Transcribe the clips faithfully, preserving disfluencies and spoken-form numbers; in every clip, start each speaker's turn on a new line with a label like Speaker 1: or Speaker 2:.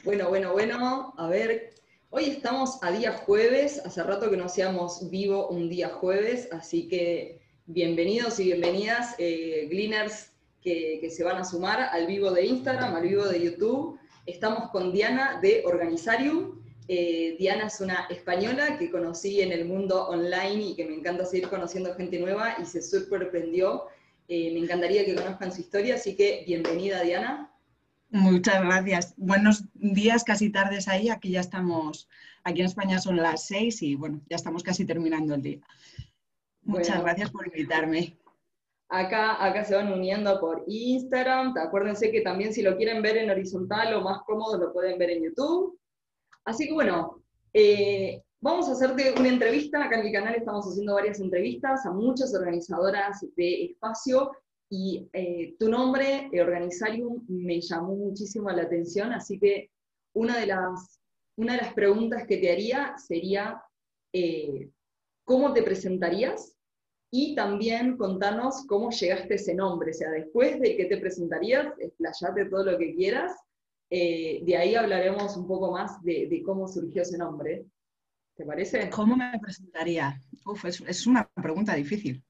Speaker 1: Bueno, bueno, bueno, a ver, hoy estamos a día jueves, hace rato que no hacíamos vivo un día jueves, así que bienvenidos y bienvenidas, eh, Gleaners que, que se van a sumar al vivo de Instagram, al vivo de YouTube. Estamos con Diana de Organizarium. Eh, Diana es una española que conocí en el mundo online y que me encanta seguir conociendo gente nueva y se sorprendió. Eh, me encantaría que conozcan su historia, así que bienvenida, Diana.
Speaker 2: Muchas gracias. Buenos días, casi tardes ahí. Aquí ya estamos, aquí en España son las seis y bueno, ya estamos casi terminando el día. Muchas
Speaker 1: Bueno,
Speaker 2: gracias por invitarme.
Speaker 1: acá, acá se van uniendo por Instagram. Acuérdense que también si lo quieren ver en horizontal o más cómodo lo pueden ver en YouTube. Así que bueno, eh, vamos a hacerte una entrevista. Acá en mi canal estamos haciendo varias entrevistas a muchas organizadoras de espacio y eh, tu nombre, eh, Organizarium, me llamó muchísimo la atención, así que una de las, una de las preguntas que te haría sería, eh, ¿cómo te presentarías? Y también contanos cómo llegaste a ese nombre, o sea, después de que te presentarías, explayate todo lo que quieras, eh, de ahí hablaremos un poco más de, de cómo surgió ese nombre. ¿Te parece?
Speaker 2: ¿Cómo me presentaría? Uf, es, es una pregunta difícil.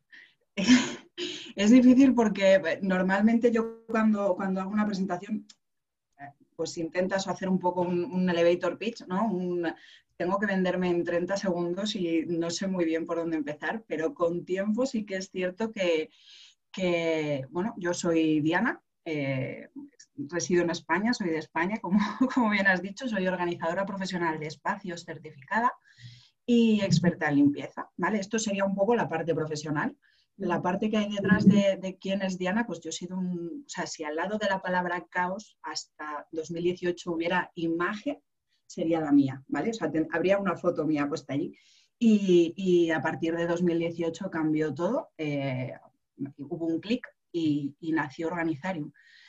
Speaker 2: Es difícil porque eh, normalmente yo cuando, cuando hago una presentación, eh, pues intentas hacer un poco un, un elevator pitch, ¿no? Un, tengo que venderme en treinta segundos y no sé muy bien por dónde empezar, pero con tiempo sí que es cierto que, que bueno, yo soy Diana, eh, resido en España, soy de España, como, como bien has dicho, soy organizadora profesional de espacios certificada y experta en limpieza, ¿vale? Esto sería un poco la parte profesional. La parte que hay detrás de, de quién es Diana, pues yo he sido un... O sea, si al lado de la palabra caos hasta dos mil dieciocho hubiera imagen, sería la mía, ¿vale? O sea, ten, habría una foto mía puesta allí. Y, y a partir de dos mil dieciocho cambió todo, eh, hubo un clic y, y nació Organizarium.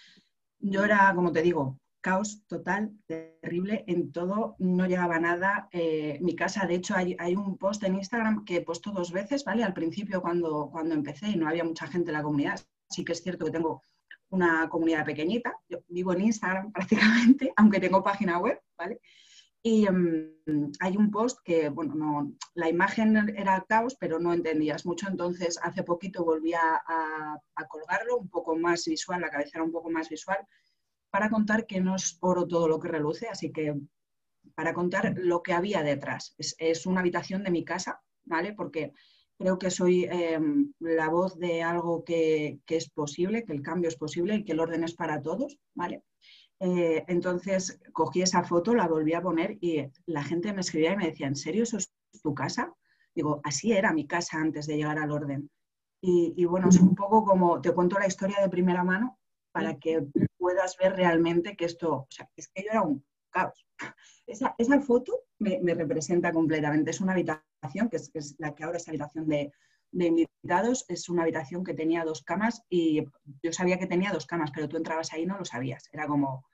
Speaker 2: Yo era, como te digo, caos total, terrible, en todo, no llegaba nada. Eh, mi casa, de hecho, hay, hay, un post en Instagram que he puesto dos veces, ¿vale? Al principio cuando, cuando empecé y no había mucha gente en la comunidad. Sí que es cierto que tengo una comunidad pequeñita, yo vivo en Instagram prácticamente, aunque tengo página web, ¿vale? Y um, hay un post que, bueno, no, la imagen era caos, pero no entendías mucho, entonces hace poquito volví a, a, a colgarlo un poco más visual, la cabecera un poco más visual, para contar que no es oro todo lo que reluce, así que para contar lo que había detrás. Es, es una habitación de mi casa, ¿vale? Porque creo que soy eh, la voz de algo que, que es posible, que el cambio es posible y que el orden es para todos, ¿vale? Eh, entonces cogí esa foto, la volví a poner y la gente me escribía y me decía, ¿en serio eso es tu casa? Digo, así era mi casa antes de llegar al orden. Y, y bueno, es un poco como, te cuento la historia de primera mano para que puedas ver realmente que esto, o sea, es que yo era un caos. Esa, esa foto me, me, representa completamente. Es una habitación, que es, que es la que ahora es habitación de, de invitados, es una habitación que tenía dos camas y yo sabía que tenía dos camas, pero tú entrabas ahí y no lo sabías. Era como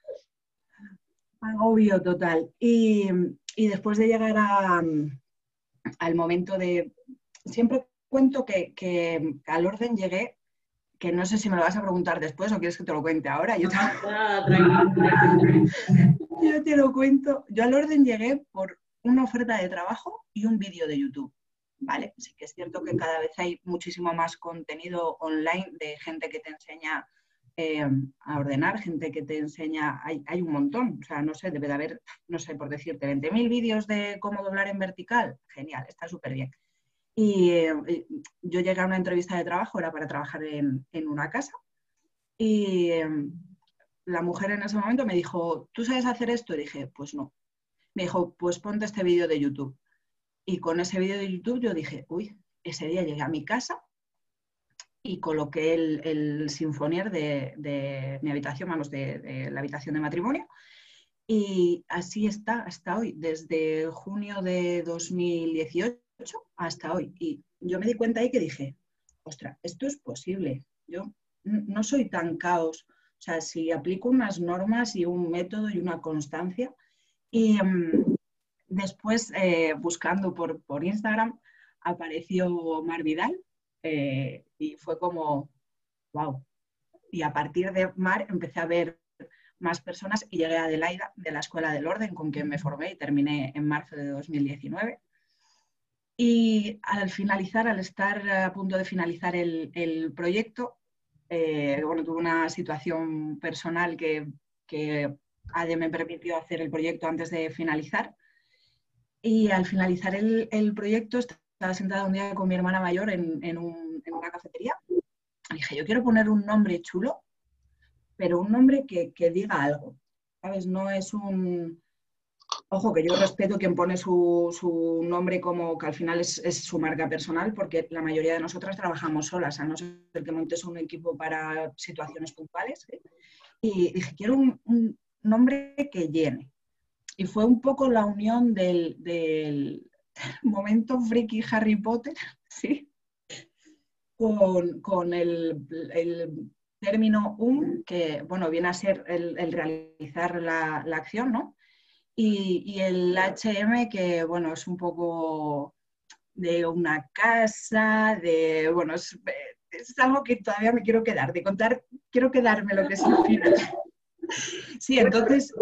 Speaker 2: agobio total. Y, y después de llegar a, al momento de... Siempre cuento que, que al orden llegué, que no sé si me lo vas a preguntar después o quieres que te lo cuente ahora. Yo te,
Speaker 1: Ah, tranquilo.
Speaker 2: yo te lo cuento. Yo al orden llegué por una oferta de trabajo y un vídeo de YouTube. ¿Vale? Sí que es cierto que cada vez hay muchísimo más contenido online de gente que te enseña eh, a ordenar, gente que te enseña, hay, hay un montón, o sea, no sé, debe de haber, no sé, por decirte, veinte mil vídeos de cómo doblar en vertical, genial, está súper bien. Y eh, yo llegué a una entrevista de trabajo, era para trabajar en, en una casa, y eh, la mujer en ese momento me dijo, ¿tú sabes hacer esto? Y dije, pues no. Me dijo, pues ponte este vídeo de YouTube. Y con ese vídeo de YouTube yo dije, uy, ese día llegué a mi casa y coloqué el, el sinfonier de, de mi habitación, vamos, de, de la habitación de matrimonio. Y así está hasta hoy, desde junio de dos mil dieciocho hasta hoy. Y yo me di cuenta ahí que dije, ostras, esto es posible. Yo no soy tan caos. O sea, si aplico unas normas y un método y una constancia. Y um, después, eh, buscando por, por Instagram, apareció Mar Vidal eh, y fue como, wow. Y a partir de Mar empecé a ver más personas y llegué a Adelaida, de la Escuela del Orden, con quien me formé y terminé en marzo de dos mil diecinueve. Y al finalizar, al estar a punto de finalizar el, el proyecto, eh, bueno, tuve una situación personal que, que A D E me permitió hacer el proyecto antes de finalizar. Y al finalizar el, el proyecto, estaba sentada un día con mi hermana mayor en, en, un, en una cafetería. Y dije, yo quiero poner un nombre chulo, pero un nombre que, que diga algo, ¿sabes? No es un... Ojo, que yo respeto quien pone su, su nombre como que al final es, es, su marca personal, porque la mayoría de nosotras trabajamos solas, a no ser que montes un equipo para situaciones puntuales. ¿eh? Y dije, quiero un, un nombre que llene. Y fue un poco la unión del, del momento friki Harry Potter, ¿sí? Con, con el, el término um, que bueno, viene a ser el, el realizar la, la acción, ¿no? Y, y el H M, que bueno, es un poco de una casa, de, bueno, es, es algo que todavía me quiero quedar, de contar, quiero quedarme lo que es el final. Sí, entonces...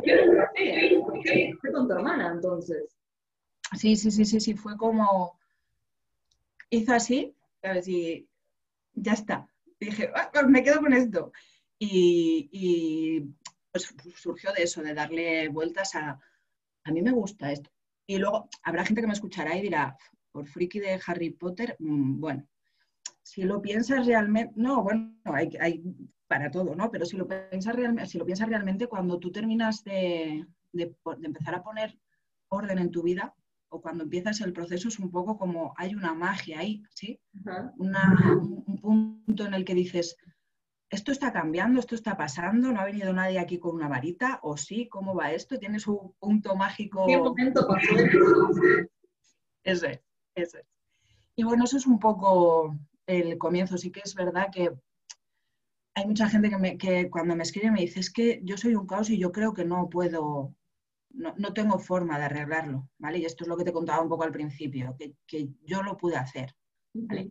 Speaker 1: ¿Qué con tu hermana, entonces?
Speaker 2: Sí, sí, sí, sí, sí, fue como... Hizo así, ¿sabes? Y ya está. Dije, ah, pues me quedo con esto. Y, y pues surgió de eso, de darle vueltas a... A mí me gusta esto. Y luego habrá gente que me escuchará y dirá, por friki de Harry Potter, mmm, bueno, si lo piensas realmente, no, bueno, hay, hay para todo, ¿no? Pero si lo piensas realmente, si lo piensas realmente, cuando tú terminas de, de, de empezar a poner orden en tu vida, o cuando empiezas el proceso, es un poco como hay una magia ahí, ¿sí?
Speaker 1: Ajá.
Speaker 2: Una, un, un punto en el que dices, esto está cambiando, esto está pasando, no ha venido nadie aquí con una varita, o sí, ¿cómo va esto? Tiene su punto
Speaker 1: ¿Qué
Speaker 2: mágico.
Speaker 1: momento pasó eso?
Speaker 2: Eso es, eso es. Y bueno, eso es un poco el comienzo. Sí que es verdad que hay mucha gente que, me, que cuando me escribe me dice, es que yo soy un caos y yo creo que no puedo, no, no tengo forma de arreglarlo, ¿vale? Y esto es lo que te contaba un poco al principio, que, que yo lo pude hacer, ¿vale?
Speaker 1: Uh-huh.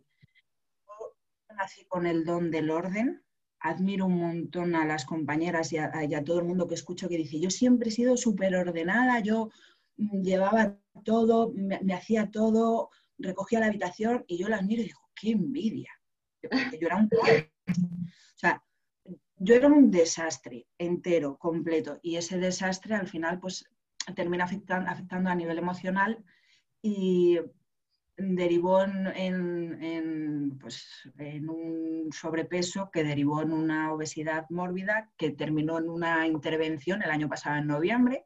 Speaker 2: Yo nací con el don del orden, admiro un montón a las compañeras y a, y a todo el mundo que escucho que dice, yo siempre he sido súper ordenada, yo mm, llevaba todo, me, me hacía todo, recogía la habitación y yo las miro y digo, qué envidia, porque yo era un caos. O sea, yo era un desastre entero, completo, y ese desastre al final pues termina afectando, afectando a nivel emocional y derivó en, en, en, pues, en un sobrepeso que derivó en una obesidad mórbida que terminó en una intervención el año pasado en noviembre.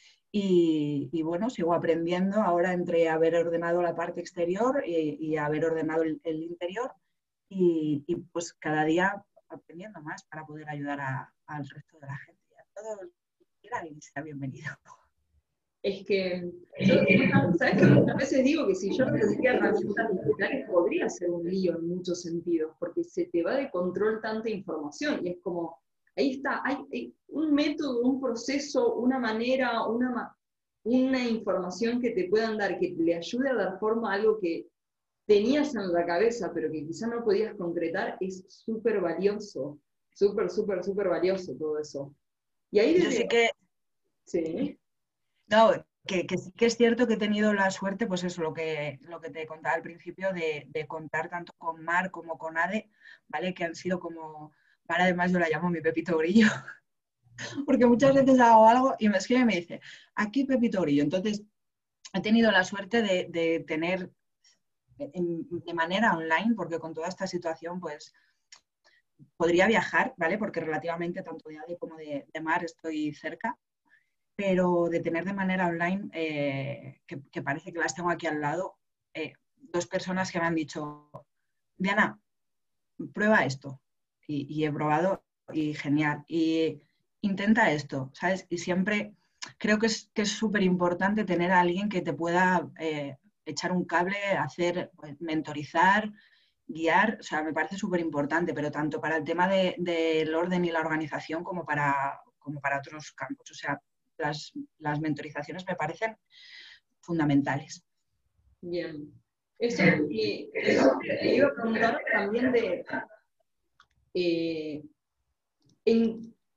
Speaker 2: Y, y bueno, sigo aprendiendo ahora entre haber ordenado la parte exterior y, y haber ordenado el, el interior y, y, pues cada día aprendiendo más para poder ayudar a, al resto de la gente. A todo el que quiera y sea bienvenido.
Speaker 1: Es que yo, ¿sabes que muchas veces digo que si yo no tendría herramientas digitales podría ser un lío en muchos sentidos, porque se te va de control tanta información y es como, ahí está, hay, hay un método, un proceso, una manera, una, una información que te puedan dar, que le ayude a dar forma a algo que tenías en la cabeza, pero que quizá no podías concretar, es súper valioso, súper, súper, súper valioso todo eso. Y ahí
Speaker 2: Yo
Speaker 1: desde...
Speaker 2: sí que...
Speaker 1: Sí.
Speaker 2: No, que, que sí que es cierto que he tenido la suerte, pues eso, lo que, lo que te contaba al principio, de, de contar tanto con Mar como con Ade, ¿vale? Que han sido como, Mar además yo la llamo mi Pepito Grillo, porque muchas veces hago algo y me escribe y me dice, aquí Pepito Grillo. Entonces, he tenido la suerte de, de tener en, de manera online, porque con toda esta situación, pues, podría viajar, ¿vale? Porque relativamente tanto de Ade como de, de Mar estoy cerca, pero de tener de manera online, eh, que, que parece que las tengo aquí al lado, eh, dos personas que me han dicho, Diana, prueba esto. Y, y he probado y genial. Y intenta esto, ¿sabes? Y siempre creo que es que es súper importante tener a alguien que te pueda eh, echar un cable, hacer, pues, mentorizar, guiar. O sea, me parece súper importante, pero tanto para el tema de, del orden y la organización como para, como para otros campos. O sea, las, las mentorizaciones me parecen fundamentales.
Speaker 1: Bien. Eso, y, y yo te iba a preguntar también de, eh, en,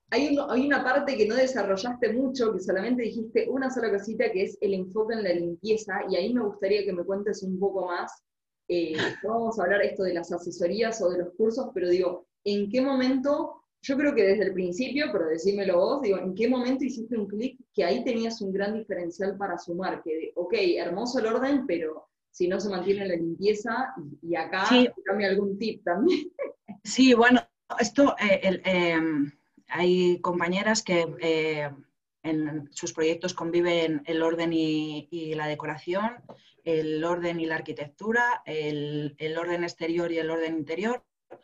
Speaker 1: hay, uno- hay una parte que no desarrollaste mucho, que solamente dijiste una sola cosita, que es el enfoque en la limpieza, y ahí me gustaría que me cuentes un poco más. Eh, no vamos a hablar esto de las asesorías o de los cursos, pero digo, ¿en qué momento? Yo creo que desde el principio, pero decímelo vos, digo, ¿en qué momento hiciste un clic que ahí tenías un gran diferencial para sumar? Que, ok, hermoso el orden, pero si no se mantiene la limpieza, y, y acá
Speaker 2: Sí,
Speaker 1: cambia algún tip también.
Speaker 2: sí, bueno, esto, eh, el, eh, hay compañeras que eh, en sus proyectos conviven el orden y, y la decoración, el orden y la arquitectura, el, el orden exterior y el orden interior.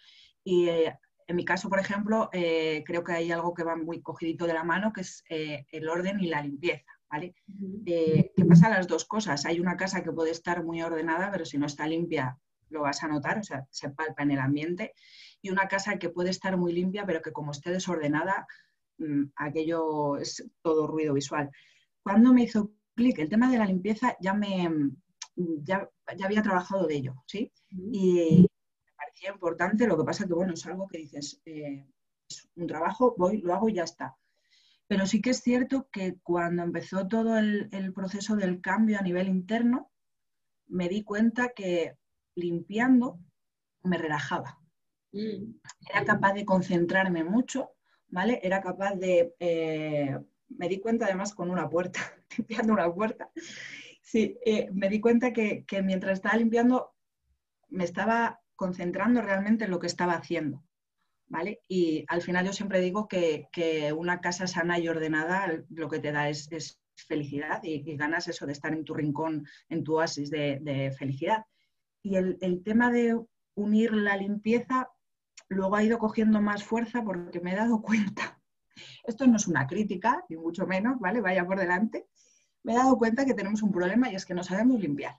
Speaker 2: Y eh, en mi caso, por ejemplo, eh, creo que hay algo que va muy cogidito de la mano, que es eh, el orden y la limpieza, ¿vale?
Speaker 1: Ujú.
Speaker 2: Eh, ¿qué pasa? Las dos cosas. Hay una casa que puede estar muy ordenada, pero si no está limpia lo vas a notar, o sea, se palpa en el ambiente. Y una casa que puede estar muy limpia, pero que como esté desordenada, mmm, aquello es todo ruido visual. Cuando me hizo clic el tema de la limpieza, ya me ya, ya había trabajado de ello, ¿sí?
Speaker 1: Ujú.
Speaker 2: Y parecía importante, lo que pasa que, bueno, es algo que dices, eh, es un trabajo, voy, lo hago y ya está. Pero sí que es cierto que cuando empezó todo el, el proceso del cambio a nivel interno, me di cuenta que limpiando me relajaba.
Speaker 1: Mm.
Speaker 2: Era capaz de concentrarme mucho, ¿vale? Era capaz de... Eh, me di cuenta además con una puerta, limpiando una puerta. Sí, eh, me di cuenta que, que mientras estaba limpiando me estaba concentrando realmente en lo que estaba haciendo, ¿vale? Y al final yo siempre digo que, que una casa sana y ordenada lo que te da es, es felicidad y, y, ganas eso de estar en tu rincón, en tu oasis de, de felicidad. Y el, el tema de unir la limpieza luego ha ido cogiendo más fuerza porque me he dado cuenta, esto no es una crítica, ni mucho menos, ¿vale? Vaya por delante, me he dado cuenta que tenemos un problema y es que no sabemos limpiar.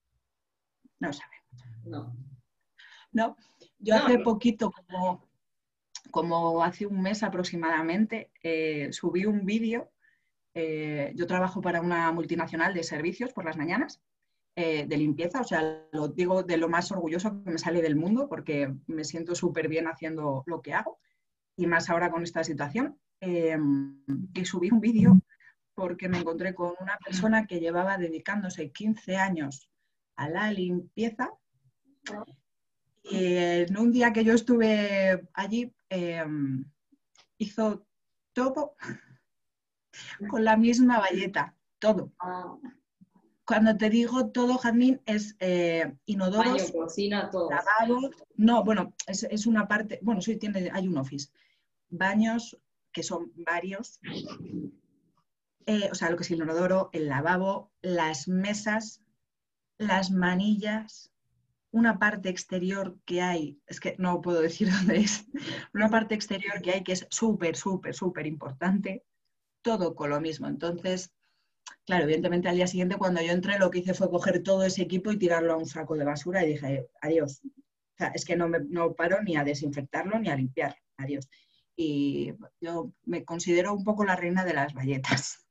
Speaker 2: No sabemos.
Speaker 1: No.
Speaker 2: ¿No? Yo
Speaker 1: No,
Speaker 2: hace poquito, como, como hace un mes aproximadamente, eh, subí un vídeo. Eh, yo trabajo para una multinacional de servicios por las mañanas, eh, de limpieza, o sea, lo digo de lo más orgulloso que me sale del mundo porque me siento súper bien haciendo lo que hago y más ahora con esta situación. Eh, y subí un vídeo porque me encontré con una persona que llevaba dedicándose quince años a la limpieza. Y en un día que yo estuve allí, eh, hizo todo con la misma bayeta, todo.
Speaker 1: ah,
Speaker 2: Cuando te digo todo, Jazmín, es eh,
Speaker 1: baño,
Speaker 2: inodoros,
Speaker 1: cocina, todos.
Speaker 2: lavabos, no, bueno, es, es, una parte, bueno, sí, tiene, hay un office, baños, que son varios, eh, o sea, lo que es el inodoro, el lavabo, las mesas, las manillas, una parte exterior que hay, es que no puedo decir dónde es, una parte exterior que hay que es súper, súper, súper importante, todo con lo mismo. Entonces, claro, evidentemente al día siguiente cuando yo entré lo que hice fue coger todo ese equipo y tirarlo a un saco de basura y dije, adiós. O sea, es que no, me, no paro ni a desinfectarlo ni a limpiar, adiós. Y yo me considero un poco la reina de las bayetas.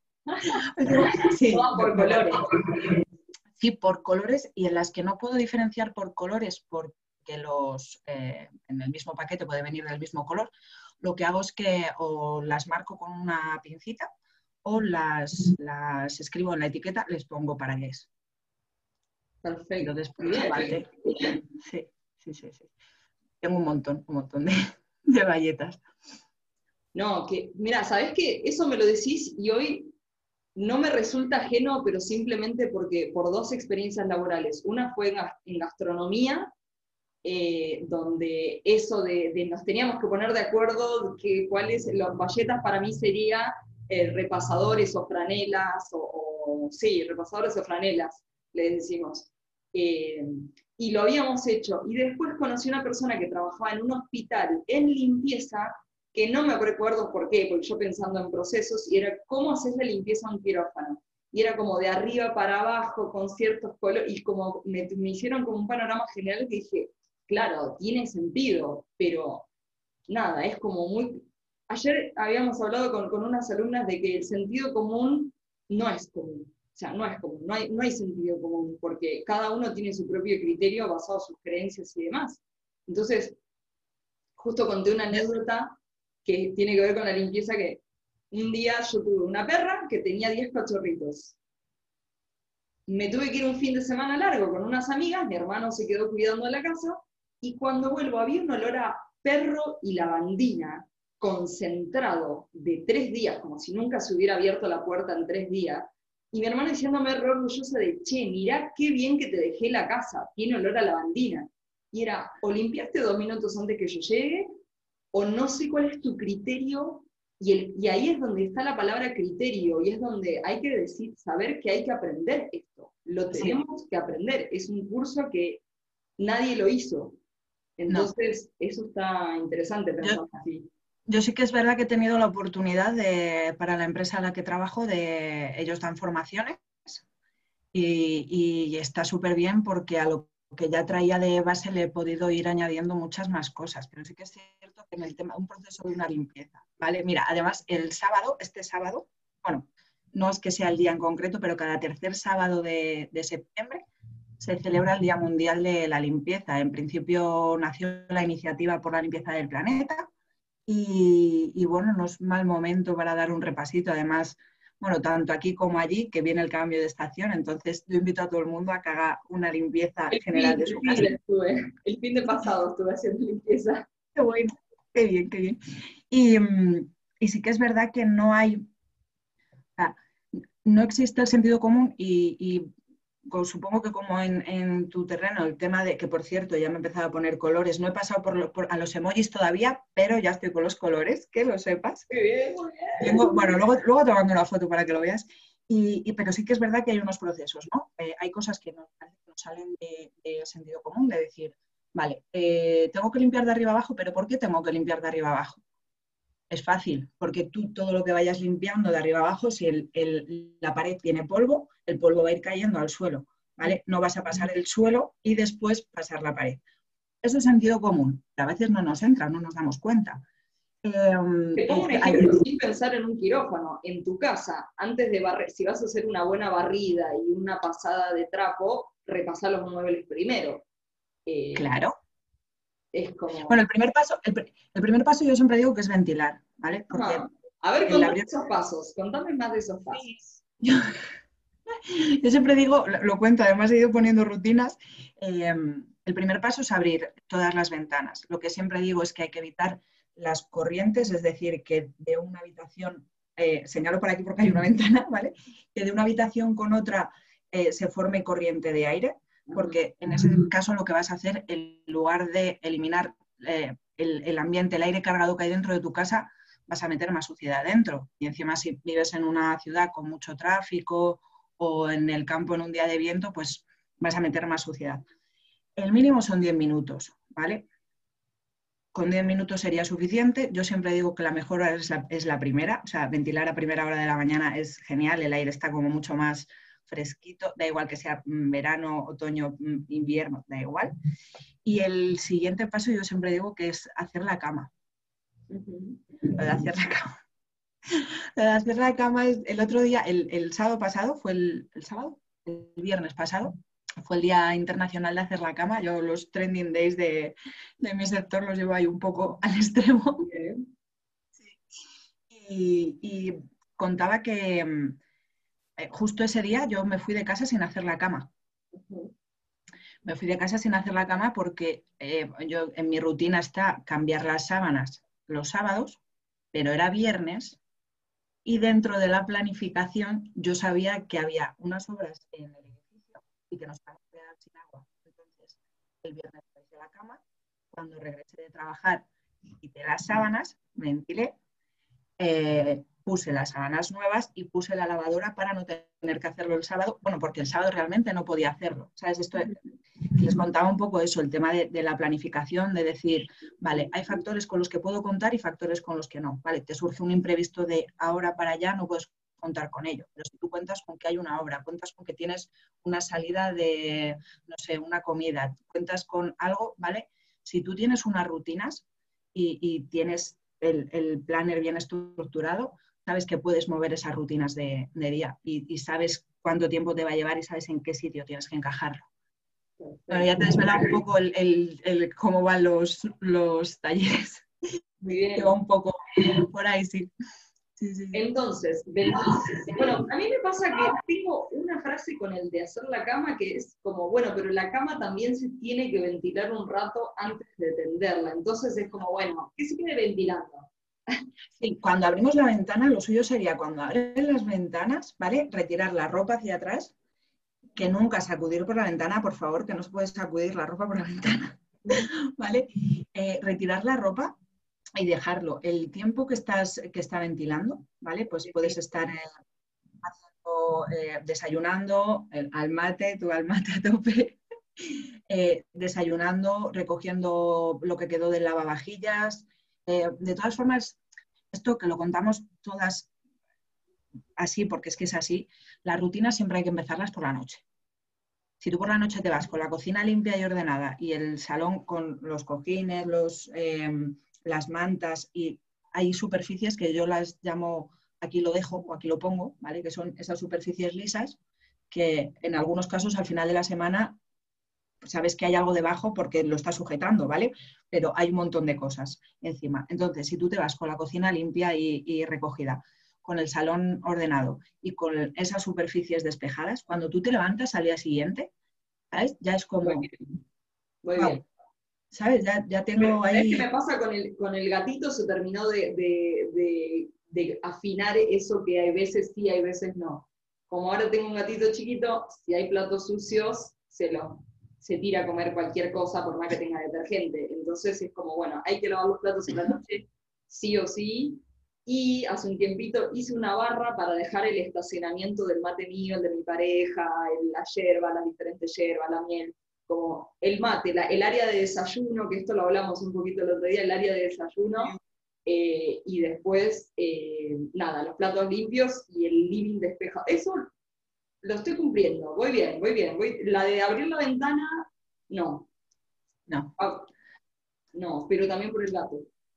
Speaker 2: Sí,
Speaker 1: Todas por
Speaker 2: me, me,
Speaker 1: colores.
Speaker 2: sí, por colores y en las que no puedo diferenciar por colores porque los, eh, en el mismo paquete puede venir del mismo color, lo que hago es que o las marco con una pincita o las, las escribo en la etiqueta, les pongo para qué es.
Speaker 1: Perfecto.
Speaker 2: Entonces, por esa
Speaker 1: Bien.
Speaker 2: parte, sí, sí, sí, sí. Tengo un montón, un montón de, de galletas.
Speaker 1: No, que, mira, ¿sabés qué? Eso me lo decís y hoy no me resulta ajeno, pero simplemente porque por dos experiencias laborales. Una fue en, en gastronomía, eh, donde eso de, de, nos teníamos que poner de acuerdo que cuáles, las bayetas para mí sería eh, repasadores o franelas, o, o, sí, repasadores o franelas, le decimos. Eh, y lo habíamos hecho. Y después conocí una persona que trabajaba en un hospital en limpieza, que no me recuerdo por qué, porque yo pensando en procesos, y era cómo haces la limpieza a un quirófano. Y era como de arriba para abajo, con ciertos colores, y como me, me hicieron como un panorama general que dije, claro, tiene sentido, pero nada, es como muy... Ayer habíamos hablado con, con unas alumnas de que el sentido común no es común. O sea, no es común, no hay, no hay sentido común, porque cada uno tiene su propio criterio basado en sus creencias y demás. Entonces, justo conté una anécdota que tiene que ver con la limpieza, que un día yo tuve una perra que tenía diez cachorritos. Me tuve que ir un fin de semana largo con unas amigas, mi hermano se quedó cuidando de la casa, y cuando vuelvo había un olor a perro y lavandina concentrado de tres días, como si nunca se hubiera abierto la puerta en tres días, y mi hermano diciéndome re orgullosa de, che, mirá qué bien que te dejé la casa, tiene olor a lavandina. Y era, o limpiaste dos minutos antes que yo llegue, o no sé cuál es tu criterio, y, el, y ahí es donde está la palabra criterio, y es donde hay que decir, saber que hay que aprender esto. Lo tenemos sí. que aprender, es un curso que nadie lo hizo. Entonces, no. eso está interesante pensar
Speaker 2: yo,
Speaker 1: así.
Speaker 2: Yo sí que es verdad que he tenido la oportunidad de, para la empresa a la que trabajo, de ellos dan formaciones y, y está súper bien porque a lo que ya traía de base le he podido ir añadiendo muchas más cosas, pero sí que es cierto que en el tema, un proceso de una limpieza, ¿vale? Mira, además el sábado, este sábado, bueno, no es que sea el día en concreto, pero cada tercer sábado de, de septiembre se celebra el Día Mundial de la Limpieza. En principio nació la iniciativa por la limpieza del planeta y, y bueno, no es mal momento para dar un repasito, además, bueno, tanto aquí como allí, que viene el cambio de estación, entonces yo invito a todo el mundo a que haga una limpieza
Speaker 1: el
Speaker 2: general
Speaker 1: fin,
Speaker 2: de su
Speaker 1: el
Speaker 2: casa.
Speaker 1: Fin estuve, el fin de pasado estuve haciendo limpieza.
Speaker 2: Qué bueno, qué bien, qué bien. Y, y sí que es verdad que no hay, o sea, no existe el sentido común y, y supongo que como en, en tu terreno, el tema de que, por cierto, ya me he empezado a poner colores, no he pasado por, lo, por a los emojis todavía, pero ya estoy con los colores, que lo sepas.
Speaker 1: Muy bien, muy bien.
Speaker 2: Tengo, bueno, luego, luego te mando una foto para que lo veas, y, y, pero sí que es verdad que hay unos procesos, ¿no? Eh, hay cosas que nos, nos salen de, de sentido común, de decir, vale, eh, tengo que limpiar de arriba abajo, pero ¿por qué tengo que limpiar de arriba abajo? Es fácil, porque tú todo lo que vayas limpiando de arriba abajo, si el, el, la pared tiene polvo, el polvo va a ir cayendo al suelo, ¿vale? No vas a pasar el suelo y después pasar la pared. Eso es sentido común, a veces no nos entra, no nos damos cuenta.
Speaker 1: Eh, Te pongo un ejemplo, hay... sin pensar en un quirófano. En tu casa, antes de barrer, si vas a hacer una buena barrida y una pasada de trapo, repasá los muebles primero.
Speaker 2: Eh, claro.
Speaker 1: Es como...
Speaker 2: Bueno, el primer paso, el, el primer paso yo siempre digo que es ventilar, ¿vale? Porque
Speaker 1: ah, a ver, contame abrir... esos pasos, contame más de esos pasos.
Speaker 2: Yo, yo siempre digo, lo, lo cuento, además he ido poniendo rutinas, eh, el primer paso es abrir todas las ventanas. Lo que siempre digo es que hay que evitar las corrientes, es decir, que de una habitación, eh, señalo por aquí porque hay una ventana, ¿vale? Que de una habitación con otra eh, se forme corriente de aire, porque en ese caso lo que vas a hacer, en lugar de eliminar eh, el, el ambiente, el aire cargado que hay dentro de tu casa, vas a meter más suciedad dentro. Y encima si vives en una ciudad con mucho tráfico o en el campo en un día de viento, pues vas a meter más suciedad. El mínimo son diez minutos, ¿vale? Con diez minutos sería suficiente. Yo siempre digo que la mejor hora es la, es la primera, o sea, ventilar a primera hora de la mañana es genial, el aire está como mucho más fresquito, da igual que sea verano, otoño, invierno, da igual. Y el siguiente paso yo siempre digo que es hacer la cama. Uh-huh. Lo de hacer la cama. Lo de hacer la cama es el otro día, el, el sábado pasado, fue el, el sábado, el viernes pasado, fue el Día Internacional de Hacer la Cama. Yo los trending days de, de mi sector los llevo ahí un poco al extremo. Okay. Sí. Y, y contaba que eh, justo ese día yo me fui de casa sin hacer la cama. Uh-huh. Me fui de casa sin hacer la cama porque eh, yo en mi rutina está cambiar las sábanas los sábados, pero era viernes y dentro de la planificación yo sabía que había unas obras en el edificio y que nos íbamos a quedar sin agua. Entonces, el viernes me hice la cama, cuando regresé de trabajar quité las sábanas, ventilé, eh, puse las sábanas nuevas y puse la lavadora para no tener que hacerlo el sábado, bueno, porque el sábado realmente no podía hacerlo, ¿sabes? Esto es, les contaba un poco eso, el tema de, de la planificación, de decir, vale, hay factores con los que puedo contar y factores con los que no, vale, te surge un imprevisto de ahora para allá, no puedes contar con ello, pero si tú cuentas con que hay una obra, cuentas con que tienes una salida de, no sé, una comida, cuentas con algo, ¿vale? Si tú tienes unas rutinas y, y tienes el, el planner bien estructurado, sabes que puedes mover esas rutinas de, de día y, y sabes cuánto tiempo te va a llevar y sabes en qué sitio tienes que encajarlo. Bueno, ya te he desvelado un poco el, el, el cómo van los, los talleres.
Speaker 1: Muy bien.
Speaker 2: Que va un poco por ahí, sí. Sí, sí, sí.
Speaker 1: Entonces, bueno, a mí me pasa que tengo una frase con el de hacer la cama que es como, bueno, pero la cama también se tiene que ventilar un rato antes de tenderla. Entonces es como, bueno, ¿qué se quede ventilando?
Speaker 2: Sí, cuando abrimos la ventana, lo suyo sería cuando abren las ventanas, ¿vale? Retirar la ropa hacia atrás, que nunca sacudir por la ventana, por favor, que no se puede sacudir la ropa por la ventana, ¿vale? Eh, retirar la ropa y dejarlo. El tiempo que estás que está ventilando, ¿vale? Pues puedes estar eh, haciendo, eh, desayunando eh, al mate, tú al mate a tope, eh, desayunando, recogiendo lo que quedó del lavavajillas. Eh, de todas formas, esto que lo contamos todas así, porque es que es así, las rutinas siempre hay que empezarlas por la noche. Si tú por la noche te vas con la cocina limpia y ordenada y el salón con los cojines, los, eh, las mantas, y hay superficies que yo las llamo aquí lo dejo o aquí lo pongo, ¿vale? Que son esas superficies lisas que en algunos casos al final de la semana sabes que hay algo debajo porque lo está sujetando, ¿vale? Pero hay un montón de cosas encima. Entonces, si tú te vas con la cocina limpia y, y recogida, con el salón ordenado y con esas superficies despejadas, cuando tú te levantas al día siguiente, ¿sabes? Ya es como,
Speaker 1: Muy bien. Muy
Speaker 2: wow,
Speaker 1: bien.
Speaker 2: ¿sabes? Ya, ya
Speaker 1: Pero,
Speaker 2: tengo
Speaker 1: ¿sabes qué
Speaker 2: ahí...
Speaker 1: me pasa con el, con el gatito? Se terminó de, de, de, de afinar eso que hay veces sí, hay veces no. Como ahora tengo un gatito chiquito, si hay platos sucios, se lo se tira a comer cualquier cosa por más que tenga detergente. Entonces es como, bueno, hay que lavar los platos en la noche, sí o sí. Y hace un tiempito hice una barra para dejar el estacionamiento del mate mío, el de mi pareja, el, la yerba, las diferentes hierbas, la miel, como el mate, la, el área de desayuno, que esto lo hablamos un poquito el otro día, el área de desayuno, eh, y después, eh, nada, los platos limpios y el living despejado. Eso lo estoy cumpliendo, voy bien, voy bien. Voy, la de abrir la ventana, no.
Speaker 2: No.
Speaker 1: Ah, no, pero también por el gato.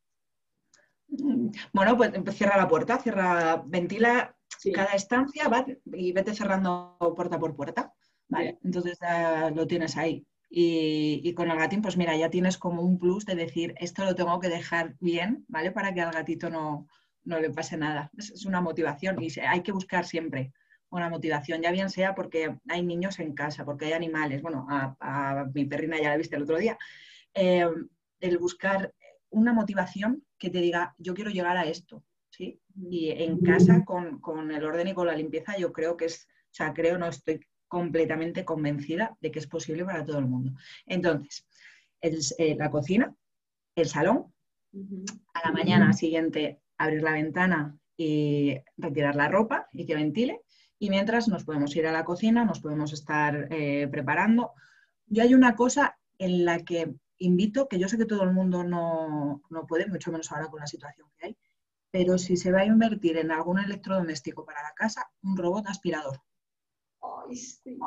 Speaker 2: Bueno, pues cierra la puerta, cierra, ventila
Speaker 1: Sí.
Speaker 2: cada estancia, va, y vete cerrando puerta por puerta, ¿vale?
Speaker 1: Bien.
Speaker 2: Entonces ya lo tienes ahí. Y, y con el gatín, pues mira, ya tienes como un plus de decir, esto lo tengo que dejar bien, ¿vale? Para que al gatito no, no le pase nada. Es, es una motivación y hay que buscar siempre una motivación, ya bien sea porque hay niños en casa, porque hay animales. Bueno, a, a mi perrina ya la viste el otro día. Eh, el buscar una motivación que te diga, yo quiero llegar a esto, ¿sí? Y en casa, con, con el orden y con la limpieza, yo creo que es, o sea, creo, no estoy completamente convencida de que es posible para todo el mundo. Entonces, el, eh, la cocina, el salón,
Speaker 1: Uh-huh.
Speaker 2: a la mañana siguiente abrir la ventana y retirar la ropa y que ventile, y mientras nos podemos ir a la cocina, nos podemos estar eh, preparando. Yo hay una cosa en la que invito, que yo sé que todo el mundo no, no puede, mucho menos ahora con la situación que hay, pero si se va a invertir en algún electrodoméstico para la casa, un robot aspirador.
Speaker 1: Ay, sí.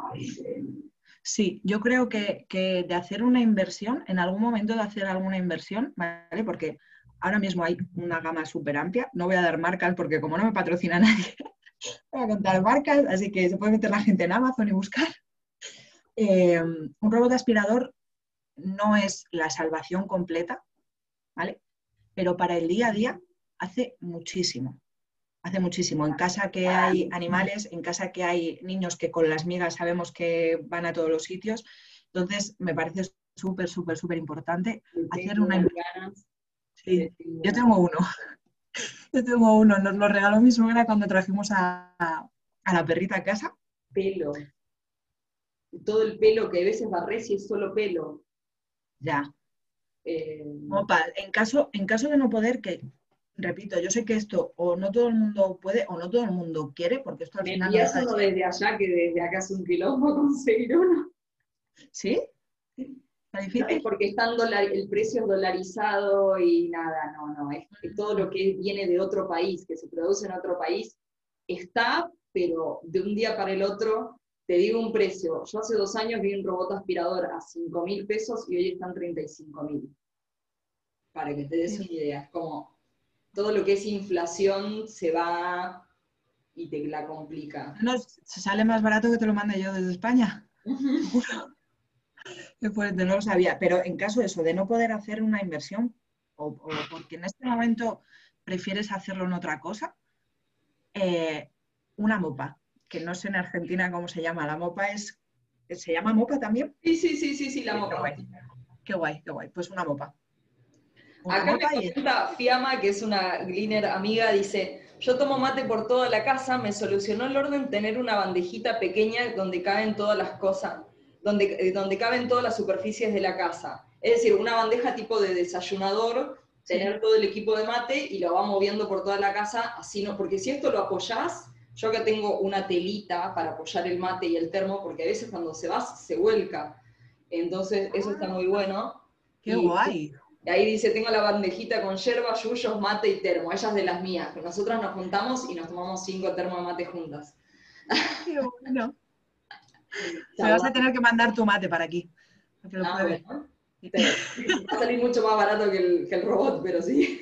Speaker 2: Sí, yo creo que, que de hacer una inversión, en algún momento de hacer alguna inversión, ¿vale? Porque ahora mismo hay una gama súper amplia, no voy a dar marcas porque como no me patrocina nadie, voy a contar marcas, así que se puede meter la gente en Amazon y buscar. Eh, un robot aspirador no es la salvación completa, ¿vale? Pero para el día a día hace muchísimo. Hace muchísimo. En casa que hay animales, en casa que hay niños que con las migas sabemos que van a todos los sitios. Entonces, me parece súper, súper, súper importante hacer una inversión. Sí, yo tengo uno. Yo tengo uno. Nos lo regaló mi suegra cuando trajimos a, a la perrita a casa.
Speaker 1: Pelo. Todo el pelo que a veces barres y es solo pelo.
Speaker 2: Ya.
Speaker 1: Eh,
Speaker 2: Opa, en caso, en caso de no poder, que repito, yo sé que esto o no todo el mundo puede o no todo el mundo quiere, porque esto al
Speaker 1: me
Speaker 2: final no
Speaker 1: envías
Speaker 2: deja de
Speaker 1: uno
Speaker 2: ser.
Speaker 1: desde allá que desde acá es un quilombo conseguir uno.
Speaker 2: ¿Sí? ¿Está
Speaker 1: No, es
Speaker 2: difícil?
Speaker 1: porque están dolar, el precio es dolarizado y nada, no, no. Es, es todo lo que viene de otro país, que se produce en otro país, está, pero de un día para el otro, te digo un precio. Yo hace dos años vi un robot aspirador a cinco mil pesos y hoy están treinta y cinco mil. Para que te des
Speaker 2: Sí.
Speaker 1: una idea. Es como todo lo que es inflación se va y te la complica.
Speaker 2: No, se sale más barato que te lo mande yo desde España. Te juro. Qué fuerte, no lo sabía. Pero en caso de eso, de no poder hacer una inversión, o, o porque en este momento prefieres hacerlo en otra cosa, eh, una mopa, que no sé en Argentina cómo se llama. La mopa es, ¿se llama mopa también?
Speaker 1: Sí, sí, sí, sí, sí, la
Speaker 2: Qué
Speaker 1: mopa.
Speaker 2: guay, qué guay, qué guay. Pues una mopa. Una
Speaker 1: Acá me
Speaker 2: mopa y...
Speaker 1: comenta Fiamma, que es una Gleaner amiga, dice, yo tomo mate por toda la casa, me solucionó el orden tener una bandejita pequeña donde caben todas las cosas, donde, eh, donde caben todas las superficies de la casa. Es decir, una bandeja tipo de desayunador,
Speaker 2: Sí.
Speaker 1: tener todo el equipo de mate y lo va moviendo por toda la casa, así no, porque si esto lo apoyás, yo acá tengo una telita para apoyar el mate y el termo, porque a veces cuando se va se vuelca. Entonces, eso está muy bueno.
Speaker 2: Qué
Speaker 1: Y
Speaker 2: guay.
Speaker 1: y ahí dice, tengo la bandejita con yerba, yuyos, mate y termo. Ella es de las mías. Nosotras nos juntamos y nos tomamos cinco termos de mate juntas.
Speaker 2: Qué bueno. Me vas a
Speaker 1: Charlamos.
Speaker 2: tener que mandar tu mate para aquí, para que lo
Speaker 1: Ah,
Speaker 2: pruebe.
Speaker 1: bueno. Te- Va a salir mucho más barato que el, que el robot, pero sí.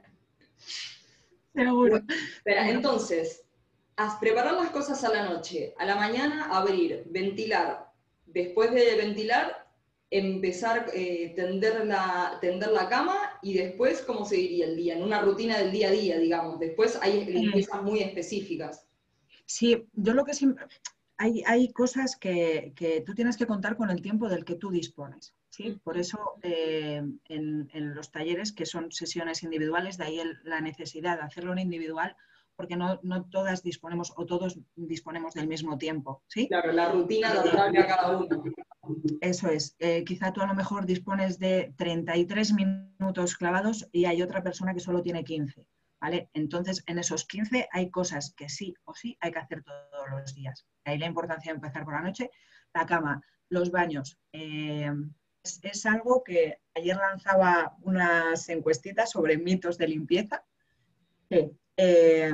Speaker 2: Seguro.
Speaker 1: Bueno, espera,
Speaker 2: Bueno,
Speaker 1: entonces, haz preparar las cosas a la noche. A la mañana, abrir, ventilar. Después de ventilar, empezar a eh, tender, la, tender la cama y después, ¿cómo seguiría el día? En una rutina del día a día, digamos. Después hay
Speaker 2: eh,
Speaker 1: limpiezas muy específicas.
Speaker 2: sí, yo lo que siempre... Hay, hay cosas que, que tú tienes que contar con el tiempo del que tú dispones, ¿sí? Por eso eh, en, en los talleres, que son sesiones individuales, de ahí el- la necesidad de hacerlo en individual, porque no, no todas disponemos o todos disponemos del mismo tiempo, ¿sí?
Speaker 1: Claro, la rutina
Speaker 2: Eh,
Speaker 1: adaptable a cada uno.
Speaker 2: Eso es. Eh, quizá tú a lo mejor dispones de treinta y tres minutos clavados y hay otra persona que solo tiene quince, ¿vale? Entonces, en esos quince hay cosas que sí o sí hay que hacer todos los días. Ahí la importancia de empezar por la noche. La cama, los baños. Eh, es, es algo que ayer lanzaba unas encuestitas sobre mitos de limpieza. Sí. Eh,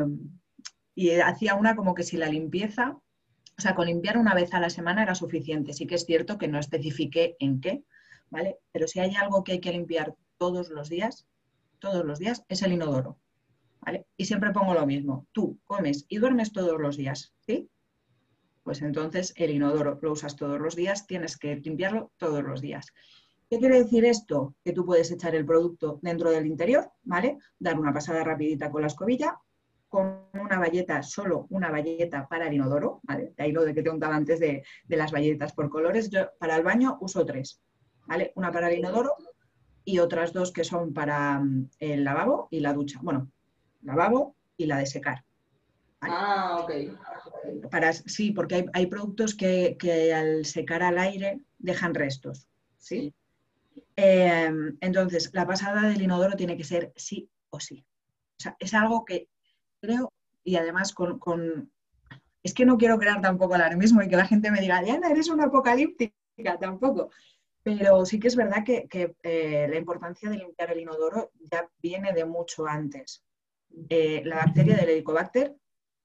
Speaker 2: y hacía una como que si la limpieza, o sea, con limpiar una vez a la semana era suficiente. Sí que es cierto que no especifiqué en qué, ¿vale? Pero si hay algo que hay que limpiar todos los días, todos los días, es el inodoro, ¿vale? Y siempre pongo lo mismo. Tú comes y duermes todos los días, ¿sí? Pues entonces el inodoro lo usas todos los días, tienes que limpiarlo todos los días. ¿Qué quiere decir esto? Que tú puedes echar el producto dentro del interior, ¿vale? Dar una pasada rapidita con la escobilla, con una bayeta, solo una bayeta para el inodoro, ¿vale? De ahí lo de que te contaba antes de, de las bayetas por colores. Yo para el baño uso tres, ¿vale? Una para el inodoro y otras dos que son para mm, el lavabo y la ducha. Bueno, lavabo y la de secar, ¿vale?
Speaker 1: Ah, ok.
Speaker 2: Para, sí, porque hay, hay productos que, que al secar al aire dejan restos, ¿sí?
Speaker 1: Sí.
Speaker 2: Eh, entonces, la pasada del inodoro tiene que ser sí o sí. O sea, es algo que creo, y además con, con... Es que no quiero crear tampoco alarmismo y que la gente me diga, Diana, eres una apocalíptica, tampoco. Pero sí que es verdad que, que eh, la importancia de limpiar el inodoro ya viene de mucho antes. Eh, la bacteria del Helicobacter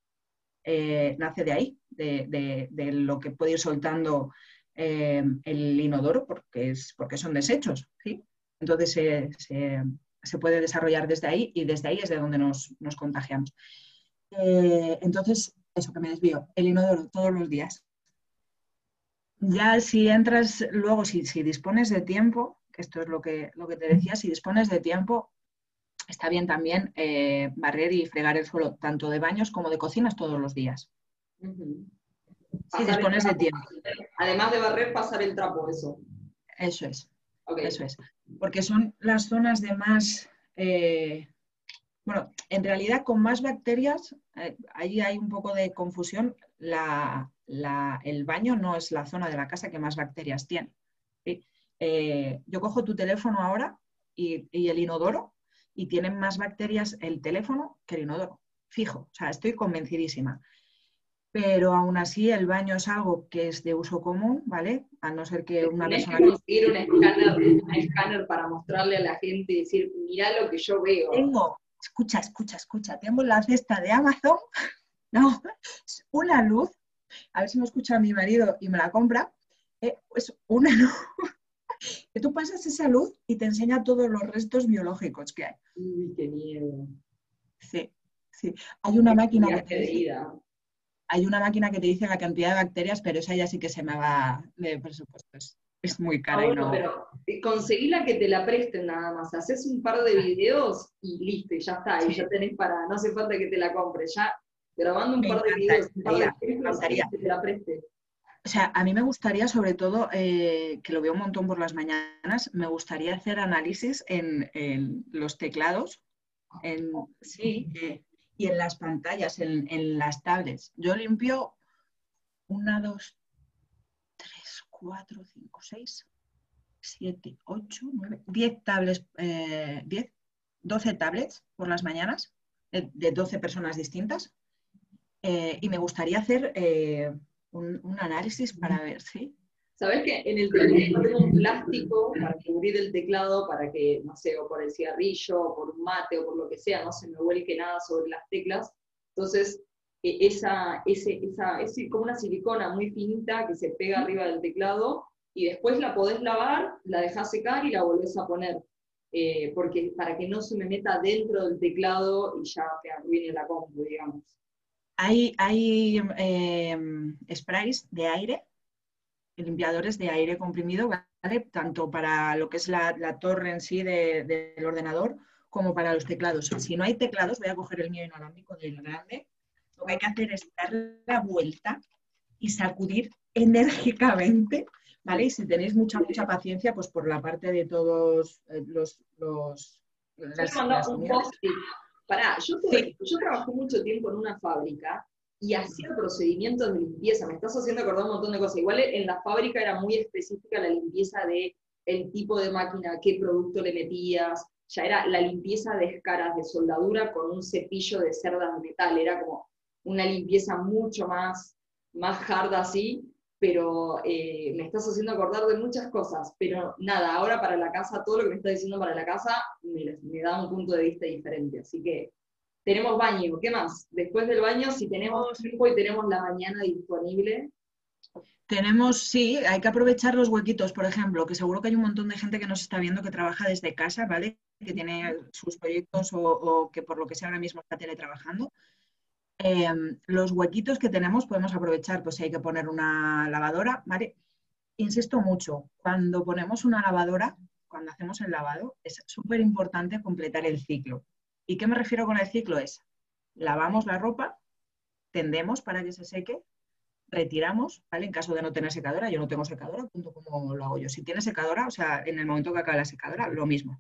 Speaker 2: eh, nace de ahí, de, de, de, lo que puede ir soltando eh, el inodoro, porque, es, porque son desechos, ¿sí? Entonces se, se, se, puede desarrollar desde ahí y desde ahí es de donde nos, nos contagiamos. Eh, entonces, eso que me desvío, el inodoro todos los días. Ya si entras, luego si, si dispones de tiempo, que esto es lo que, lo que te decía, si dispones de tiempo, está bien también eh, barrer y fregar el suelo, tanto de baños como de cocinas todos los días.
Speaker 1: Ujú.
Speaker 2: Si
Speaker 1: Pasar el
Speaker 2: dispones de
Speaker 1: trapo.
Speaker 2: tiempo.
Speaker 1: Además de barrer, pasar el trapo, eso.
Speaker 2: Eso es,
Speaker 1: Ok.
Speaker 2: eso es. Porque son las zonas de más, eh, bueno, en realidad con más bacterias, eh, ahí hay un poco de confusión. La, la, el baño no es la zona de la casa que más bacterias tiene. ¿Sí? Eh, yo cojo tu teléfono ahora y, y el inodoro y tienen más bacterias el teléfono que el inodoro. Fijo, o sea, estoy convencidísima. Pero aún así el baño es algo que es de uso común, ¿vale? A no ser que una
Speaker 1: Tenés que
Speaker 2: persona que...
Speaker 1: conseguir un escáner, un escáner para mostrarle a la gente y decir, mirá lo que yo veo.
Speaker 2: Tengo, escucha, escucha, escucha, tengo la cesta de Amazon, no, es una luz, a ver si me escucha mi marido y me la compra, eh, es una luz, que tú pasas esa luz y te enseña todos los restos biológicos que hay.
Speaker 1: Uy, qué miedo.
Speaker 2: Sí, sí. Hay una
Speaker 1: Un
Speaker 2: máquina que
Speaker 1: viaje
Speaker 2: te
Speaker 1: de
Speaker 2: dice,
Speaker 1: ida.
Speaker 2: hay una máquina que te dice la cantidad de bacterias, pero esa ya sí que se me va de presupuestos. es muy
Speaker 1: Ah,
Speaker 2: cara y
Speaker 1: bueno,
Speaker 2: no...
Speaker 1: pero eh, conseguíla que te la presten nada más. Haces un par de videos y listo, y ya está, y
Speaker 2: Sí,
Speaker 1: ya tenés para, no hace falta que te la compres, ya grabando un
Speaker 2: me
Speaker 1: par de videos, un par de
Speaker 2: encantaría, me
Speaker 1: ejemplos,
Speaker 2: encantaría.
Speaker 1: que te la preste.
Speaker 2: O sea, a mí me gustaría, sobre todo, eh, que lo veo un montón por las mañanas, me gustaría hacer análisis en, en los teclados, en, sí, eh, y en las pantallas, en, en las tablets. Yo limpio una, dos, tres, cuatro, cinco, seis, siete, ocho, nueve, diez tablets, eh, diez, doce tablets por las mañanas, de, de doce personas distintas. Eh, y me gustaría hacer eh, un, un análisis para ver, ¿sí?
Speaker 1: ¿Sabés que en el teclado tengo un plástico para cubrir el teclado, para que, no sé, o por el cigarrillo, o por un mate, o por lo que sea, no se me vuelque nada sobre las teclas? Entonces, eh, esa, ese, esa, es como una silicona muy finita que se pega arriba del teclado, y después la podés lavar, la dejás secar y la volvés a poner. Eh, porque para que no se me meta dentro del teclado y ya te arruine la compu, digamos.
Speaker 2: Hay, hay eh, sprays de aire, limpiadores de aire comprimido, ¿vale? Tanto para lo que es la, la torre en sí de, de, del ordenador como para los teclados. Si no hay teclados, voy a coger el mío inalámbrico del grande. Lo que hay que hacer es dar la vuelta y sacudir enérgicamente, ¿vale? Y si tenéis mucha, mucha paciencia, pues por la parte de todos eh, los, los
Speaker 1: Yo le
Speaker 2: las,
Speaker 1: mandaba
Speaker 2: las
Speaker 1: un
Speaker 2: uniones.
Speaker 1: post-it. Pará, yo, tuve,
Speaker 2: Sí,
Speaker 1: yo trabajé mucho tiempo en una fábrica y hacía procedimientos de limpieza. Me estás haciendo acordar un montón de cosas. Igual en la fábrica era muy específica la limpieza de el tipo de máquina, qué producto le metías. Ya era la limpieza de escaras de soldadura con un cepillo de cerdas de metal. Era como una limpieza mucho más, más hard así, pero eh, me estás haciendo acordar de muchas cosas, pero nada, ahora para la casa, todo lo que me estás diciendo para la casa, me, me da un punto de vista diferente, así que tenemos baño, ¿qué más? Después del baño, si tenemos tiempo y tenemos la mañana disponible.
Speaker 2: tenemos, sí, hay que aprovechar los huequitos, por ejemplo, que seguro que hay un montón de gente que nos está viendo que trabaja desde casa, ¿vale? Que tiene sus proyectos o, o que por lo que sea ahora mismo está teletrabajando. Eh, los huequitos que tenemos podemos aprovechar, pues si hay que poner una lavadora, ¿vale? Insisto mucho, cuando ponemos una lavadora, cuando hacemos el lavado, es súper importante completar el ciclo. ¿Y qué me refiero con el ciclo? Es, lavamos la ropa, tendemos para que se seque, retiramos, ¿vale? En caso de no tener secadora, yo no tengo secadora, punto como lo hago yo. Si tienes secadora, o sea, en el momento que acabe la secadora, lo mismo.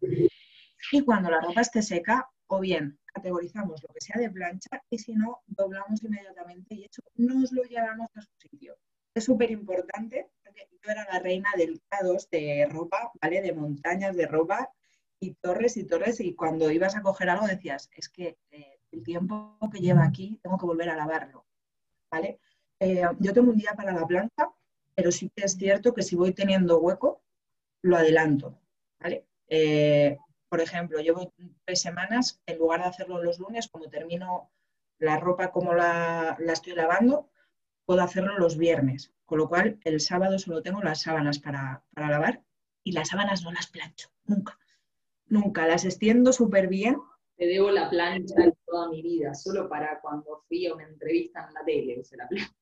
Speaker 2: Y cuando la ropa esté seca, o bien categorizamos lo que sea de plancha y si no, doblamos inmediatamente y eso nos lo llevamos a su sitio. Es súper importante porque yo era la reina del K dos de ropa, ¿vale? De montañas de ropa y torres y torres y cuando ibas a coger algo decías, es que eh, el tiempo que lleva aquí tengo que volver a lavarlo, ¿vale? Eh, yo tengo un día para la plancha, pero sí que es cierto que si voy teniendo hueco, lo adelanto, ¿vale? Eh, por ejemplo, llevo tres semanas, en lugar de hacerlo los lunes, como termino la ropa como la, la estoy lavando, puedo hacerlo los viernes, con lo cual el sábado solo tengo las sábanas para, para lavar y las sábanas no las plancho, nunca, nunca, las extiendo súper bien.
Speaker 1: Te debo la plancha de toda mi vida, solo para cuando fui a una entrevista en la tele, usé la plancha.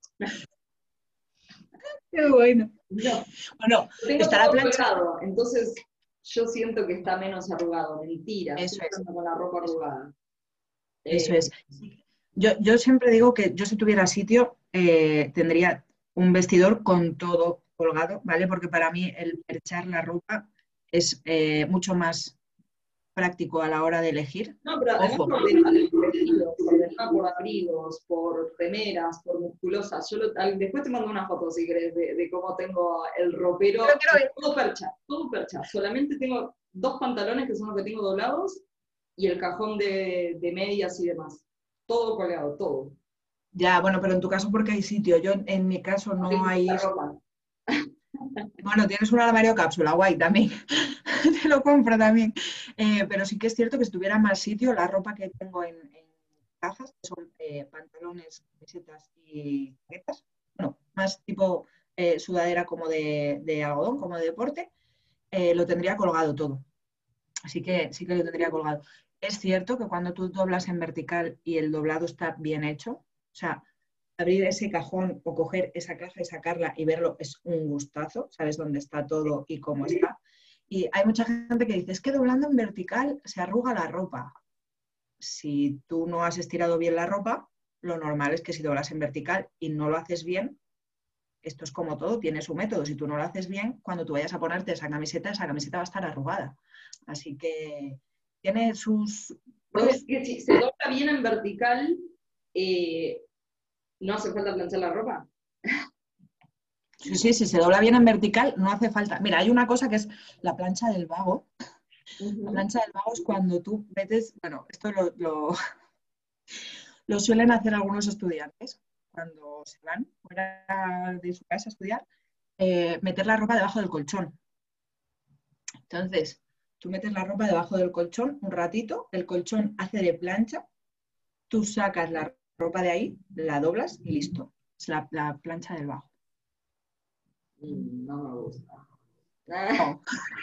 Speaker 2: Qué bueno.
Speaker 1: No,
Speaker 2: Bueno,
Speaker 1: tengo
Speaker 2: está la
Speaker 1: todo
Speaker 2: plancha,
Speaker 1: colgado, entonces yo siento que está menos arrugado. Mentira,
Speaker 2: eso
Speaker 1: siempre
Speaker 2: es,
Speaker 1: ando con la ropa
Speaker 2: eso,
Speaker 1: arrugada.
Speaker 2: eso
Speaker 1: Eh,
Speaker 2: es. Yo, yo siempre digo que yo si tuviera sitio eh, tendría un vestidor con todo colgado, ¿vale? Porque para mí el perchar la ropa es eh, mucho más práctico a la hora de elegir.
Speaker 1: No, pero además
Speaker 2: Ojo,
Speaker 1: por ordenada por vestidos, ordenada por abrigos, por remeras, por musculosas. Yo lo- al- después te mando una foto, si querés, de, de cómo tengo el
Speaker 2: yo lo
Speaker 1: ropero.
Speaker 2: quiero ver.
Speaker 1: Todo percha, todo percha. Solamente tengo dos pantalones que son los que tengo doblados y el cajón de, de medias y demás. Todo colgado, todo.
Speaker 2: Ya, bueno, pero en tu caso porque hay sitio. Yo en mi caso
Speaker 1: No tengo
Speaker 2: no
Speaker 1: mucha
Speaker 2: hay.
Speaker 1: ropa.
Speaker 2: Bueno, tienes un armario cápsula, guay, también. Te lo compro también. Eh, pero sí que es cierto que si tuviera más sitio, la ropa que tengo en, en cajas, que son eh, pantalones, camisetas y chaquetas, bueno, más tipo eh, sudadera como de, de algodón, como de deporte, eh, lo tendría colgado todo. Así que sí que lo tendría colgado. Es cierto que cuando tú doblas en vertical y el doblado está bien hecho, o sea, abrir ese cajón o coger esa caja y sacarla y verlo es un gustazo, sabes dónde está todo y cómo está. Y hay mucha gente que dice, es que doblando en vertical se arruga la ropa. Si tú no has estirado bien la ropa, lo normal es que si doblas en vertical y no lo haces bien, esto es como todo, tiene su método. Si tú no lo haces bien, cuando tú vayas a ponerte esa camiseta, esa camiseta va a estar arrugada. Así que tiene sus
Speaker 1: Vos
Speaker 2: pros.
Speaker 1: decís que si se dobla bien en vertical, eh, no hace falta planchar la ropa.
Speaker 2: Sí, sí, si se dobla bien en vertical, no hace falta. Mira, hay una cosa que es la plancha del vago. La
Speaker 1: Uh-huh.
Speaker 2: plancha del vago es cuando tú metes, bueno, esto lo, lo, lo suelen hacer algunos estudiantes cuando se van fuera de su casa a estudiar, eh, meter la ropa debajo del colchón. Entonces, tú metes la ropa debajo del colchón un ratito, el colchón hace de plancha, tú sacas la ropa de ahí, la doblas y listo. Es la, la plancha del vago.
Speaker 1: Mm, no me gusta.
Speaker 2: No.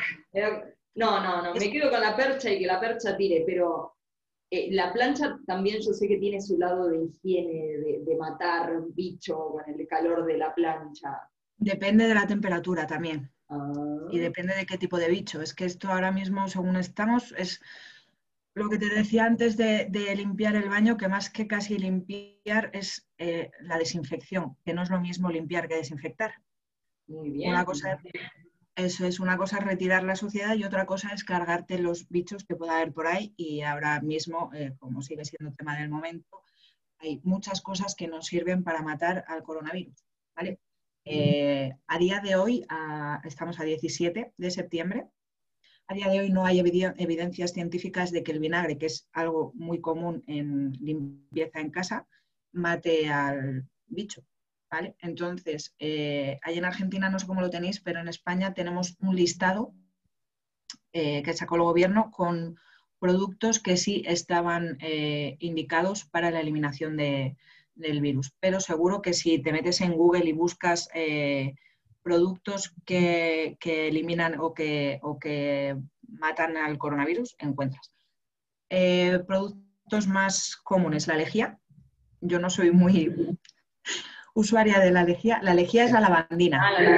Speaker 1: No, no, no, me quedo con la percha y que la percha tire, pero eh, la plancha también yo sé que tiene su lado de higiene, de, de matar bicho con el calor de la plancha.
Speaker 2: Depende de la temperatura también.
Speaker 1: Ah.
Speaker 2: Y depende de qué tipo de bicho. Es que esto ahora mismo, según estamos, es lo que te decía antes de, de limpiar el baño, que más que casi limpiar es eh, la desinfección, que no es lo mismo limpiar que desinfectar.
Speaker 1: Muy bien.
Speaker 2: Una cosa, eso es una cosa, retirar la suciedad, y otra cosa es cargarte los bichos que pueda haber por ahí. Y ahora mismo, eh, como sigue siendo tema del momento, hay muchas cosas que nos sirven para matar al coronavirus, ¿vale? Eh, a día de hoy, a, estamos a diecisiete de septiembre, a día de hoy no hay evidencias científicas de que el vinagre, que es algo muy común en limpieza en casa, mate al bicho, ¿vale? Entonces, eh, ahí en Argentina no sé cómo lo tenéis, pero en España tenemos un listado eh, que sacó el gobierno con productos que sí estaban eh, indicados para la eliminación de, del virus. Pero seguro que si te metes en Google y buscas eh, productos que, que, eliminan o que, o que matan al coronavirus, encuentras. Eh, productos más comunes, la lejía. Yo no soy muy usuaria de la lejía. La lejía es la lavandina.
Speaker 1: Ah, la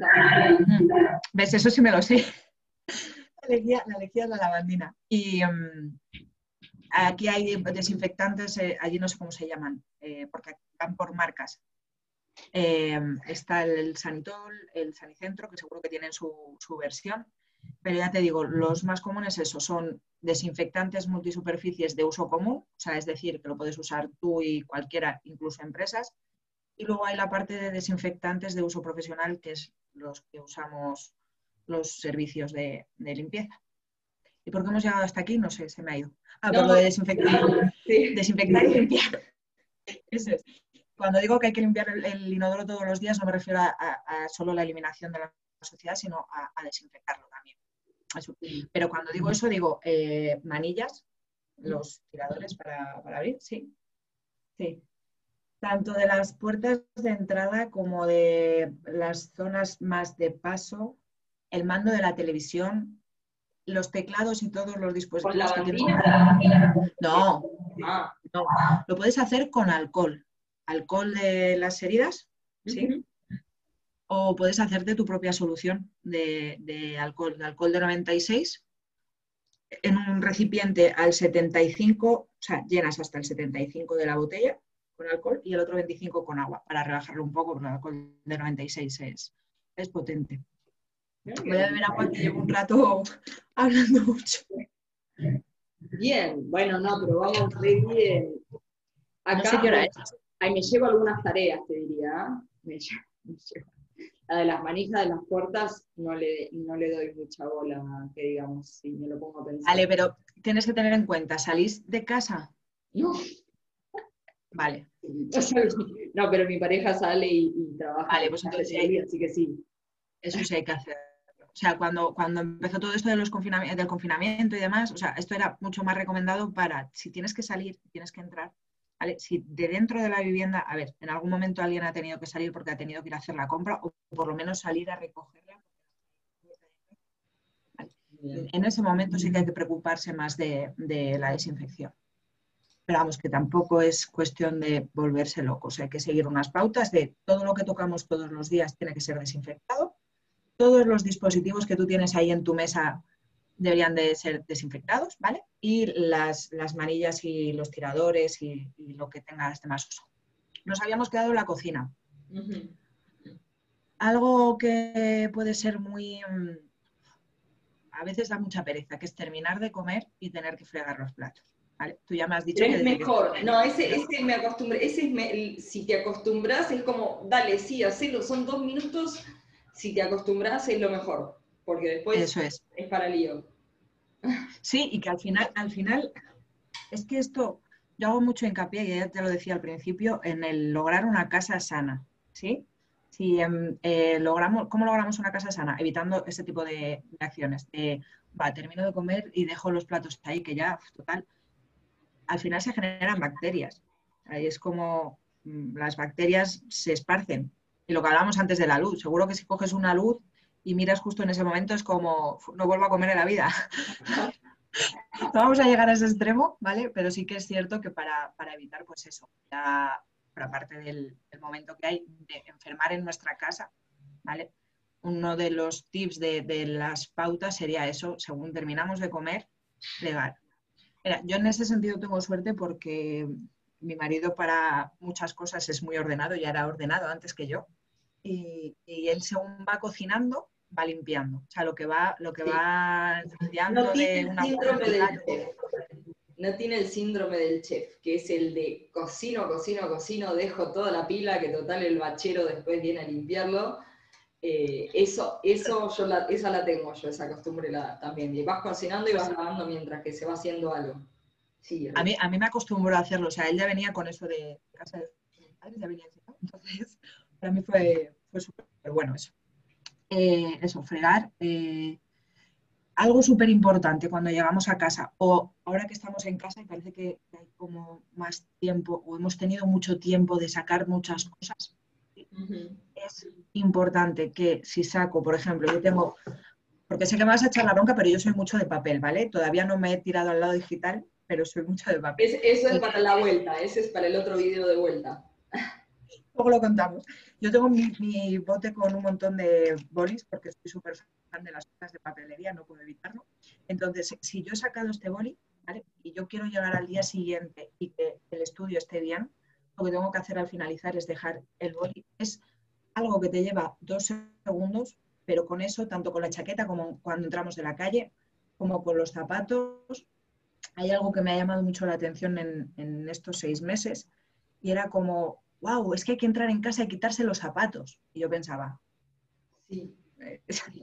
Speaker 2: mm. ¿Ves? Eso sí me lo sé. La lejía, la lejía es la lavandina. Y um, aquí hay desinfectantes, eh, allí no sé cómo se llaman, eh, porque van por marcas. Eh, está el Sanitol, el Sanicentro, que seguro que tienen su, su versión, pero ya te digo, los más comunes eso, son desinfectantes multisuperficies de uso común, o sea, es decir, que lo puedes usar tú y cualquiera, incluso empresas, y luego hay la parte de desinfectantes de uso profesional, que es los que usamos los servicios de, de limpieza. ¿Y por qué hemos llegado hasta aquí? No sé, se me ha ido. Ah,
Speaker 1: no,
Speaker 2: por lo de desinfectar,
Speaker 1: sí.
Speaker 2: desinfectar y limpiar. Eso es. Cuando digo que hay que limpiar el, el inodoro todos los días, no me refiero a, a, a solo la eliminación de la suciedad, sino a, a desinfectarlo también. Eso. Pero cuando digo eso, digo eh, manillas, los tiradores para, para abrir, sí. Sí. Tanto de las puertas de entrada como de las zonas más de paso, el mando de la televisión, los teclados y todos los
Speaker 1: ¿Con
Speaker 2: dispositivos que tienes.
Speaker 1: lavandina?
Speaker 2: No,
Speaker 1: Ah.
Speaker 2: no, lo puedes hacer con alcohol. Alcohol de las heridas, ¿sí?
Speaker 1: Uh-huh.
Speaker 2: O puedes hacerte tu propia solución de, de alcohol, de alcohol de noventa y seis en un recipiente al setenta y cinco, o sea, llenas hasta el setenta y cinco de la botella con alcohol y el otro veinticinco con agua, para rebajarlo un poco, porque el alcohol de noventa y seis es, es potente. Voy a beber agua, que llevo un rato hablando mucho.
Speaker 1: Bien, bueno, no, pero vamos re bien. Acá,
Speaker 2: No sé qué hora
Speaker 1: bueno,
Speaker 2: es.
Speaker 1: ahí me llevo algunas tareas, te diría. Me llevo, me llevo. La de las manijas de las puertas no le, no le doy mucha bola, que digamos, si me lo pongo a pensar.
Speaker 2: Vale, pero tienes que tener en cuenta, ¿salís de casa?
Speaker 1: No.
Speaker 2: Vale.
Speaker 1: No, pero mi pareja sale y, y trabaja
Speaker 2: Vale,
Speaker 1: en
Speaker 2: pues
Speaker 1: la calle
Speaker 2: entonces
Speaker 1: todo el día, así que sí.
Speaker 2: eso sí hay que hacer. O sea, cuando, cuando empezó todo esto de los confinami- del confinamiento y demás, o sea, esto era mucho más recomendado para, si tienes que salir, tienes que entrar, ¿vale? Si de dentro de la vivienda, a ver, en algún momento alguien ha tenido que salir porque ha tenido que ir a hacer la compra o por lo menos salir a recogerla. ¿Vale? En ese momento sí que hay que preocuparse más de, de la desinfección. Pero vamos, que tampoco es cuestión de volverse locos. Hay que seguir unas pautas de todo lo que tocamos todos los días tiene que ser desinfectado. Todos los dispositivos que tú tienes ahí en tu mesa deberían de ser desinfectados, ¿vale? Y las, las manillas y los tiradores y, y lo que tenga este más uso. Nos habíamos quedado en la cocina.
Speaker 1: Uh-huh.
Speaker 2: Algo que puede ser muy... A veces da mucha pereza, que es terminar de comer y tener que fregar los platos. ¿Vale? Tú ya me has dicho
Speaker 1: Pero
Speaker 2: que
Speaker 1: es
Speaker 2: desde
Speaker 1: mejor,
Speaker 2: que...
Speaker 1: no, ese, ese me acostumbré, ese es me, si te acostumbras es como, dale, sí, hacelo, son dos minutos, si te acostumbras es lo mejor, porque después
Speaker 2: Eso es.
Speaker 1: es para lío.
Speaker 2: Sí, y que al final, al final, es que esto, yo hago mucho hincapié, y ya te lo decía al principio, en el lograr una casa sana, ¿sí? Si em, eh, logramos, ¿cómo logramos una casa sana? Evitando este tipo de, de acciones, de, va, termino de comer y dejo los platos ahí, que ya, total, al final se generan bacterias. Ahí es como mm, las bacterias se esparcen. Y lo que hablábamos antes de la luz, seguro que si coges una luz y miras justo en ese momento es como, no vuelvo a comer en la vida. No vamos a llegar a ese extremo, ¿vale? Pero sí que es cierto que para, para evitar, pues eso, ya, por aparte del, del momento que hay de enfermar en nuestra casa, ¿vale? Uno de los tips de, de las pautas sería eso, según terminamos de comer, fregar. Mira, yo en ese sentido tengo suerte porque mi marido para muchas cosas es muy ordenado, ya era ordenado antes que yo, y, y él según va cocinando, va limpiando. O sea, lo que va, lo que
Speaker 1: Sí.
Speaker 2: va
Speaker 1: No
Speaker 2: ensuciando
Speaker 1: tiene
Speaker 2: de
Speaker 1: el
Speaker 2: una forma
Speaker 1: síndrome
Speaker 2: del
Speaker 1: del
Speaker 2: plato.
Speaker 1: chef, no tiene el síndrome del chef, que es el de cocino, cocino, cocino, dejo toda la pila, que total el bachero después viene a limpiarlo. Eh, eso, eso yo la, esa la tengo yo, esa costumbre la, también. Y vas cocinando y vas
Speaker 2: Pues
Speaker 1: lavando mientras que se va haciendo algo. Sí,
Speaker 2: a mí, a mí me acostumbró a hacerlo, o sea, él ya venía con eso de casa de mis padres, ya venía así, ¿no? Entonces, para mí fue, fue súper bueno eso. Eh, eso, fregar. Eh, algo súper importante cuando llegamos a casa, o ahora que estamos en casa y parece que hay como más tiempo, o hemos tenido mucho tiempo de sacar muchas cosas,
Speaker 1: uh-huh.
Speaker 2: es importante que si saco, por ejemplo, yo tengo, porque sé que me vas a echar la bronca, pero yo soy mucho de papel, ¿vale? Todavía no me he tirado al lado digital, pero soy mucho de papel.
Speaker 1: Es, eso es para
Speaker 2: Entonces,
Speaker 1: la vuelta, ese es para el otro video de vuelta.
Speaker 2: luego lo contamos. Yo tengo mi, mi bote con un montón de bolis, porque estoy súper fan de las cosas de papelería, no puedo evitarlo. Entonces, si yo he sacado este boli, ¿vale? Y yo quiero llegar al día siguiente y que el estudio esté bien, lo que tengo que hacer al finalizar es dejar el boli. Es algo que te lleva dos segundos, pero con eso, tanto con la chaqueta como cuando entramos de la calle, como con los zapatos, hay algo que me ha llamado mucho la atención en, en estos seis meses y era como, wow, es que hay que entrar en casa y quitarse los zapatos. Y yo pensaba,
Speaker 1: Sí.
Speaker 2: eh,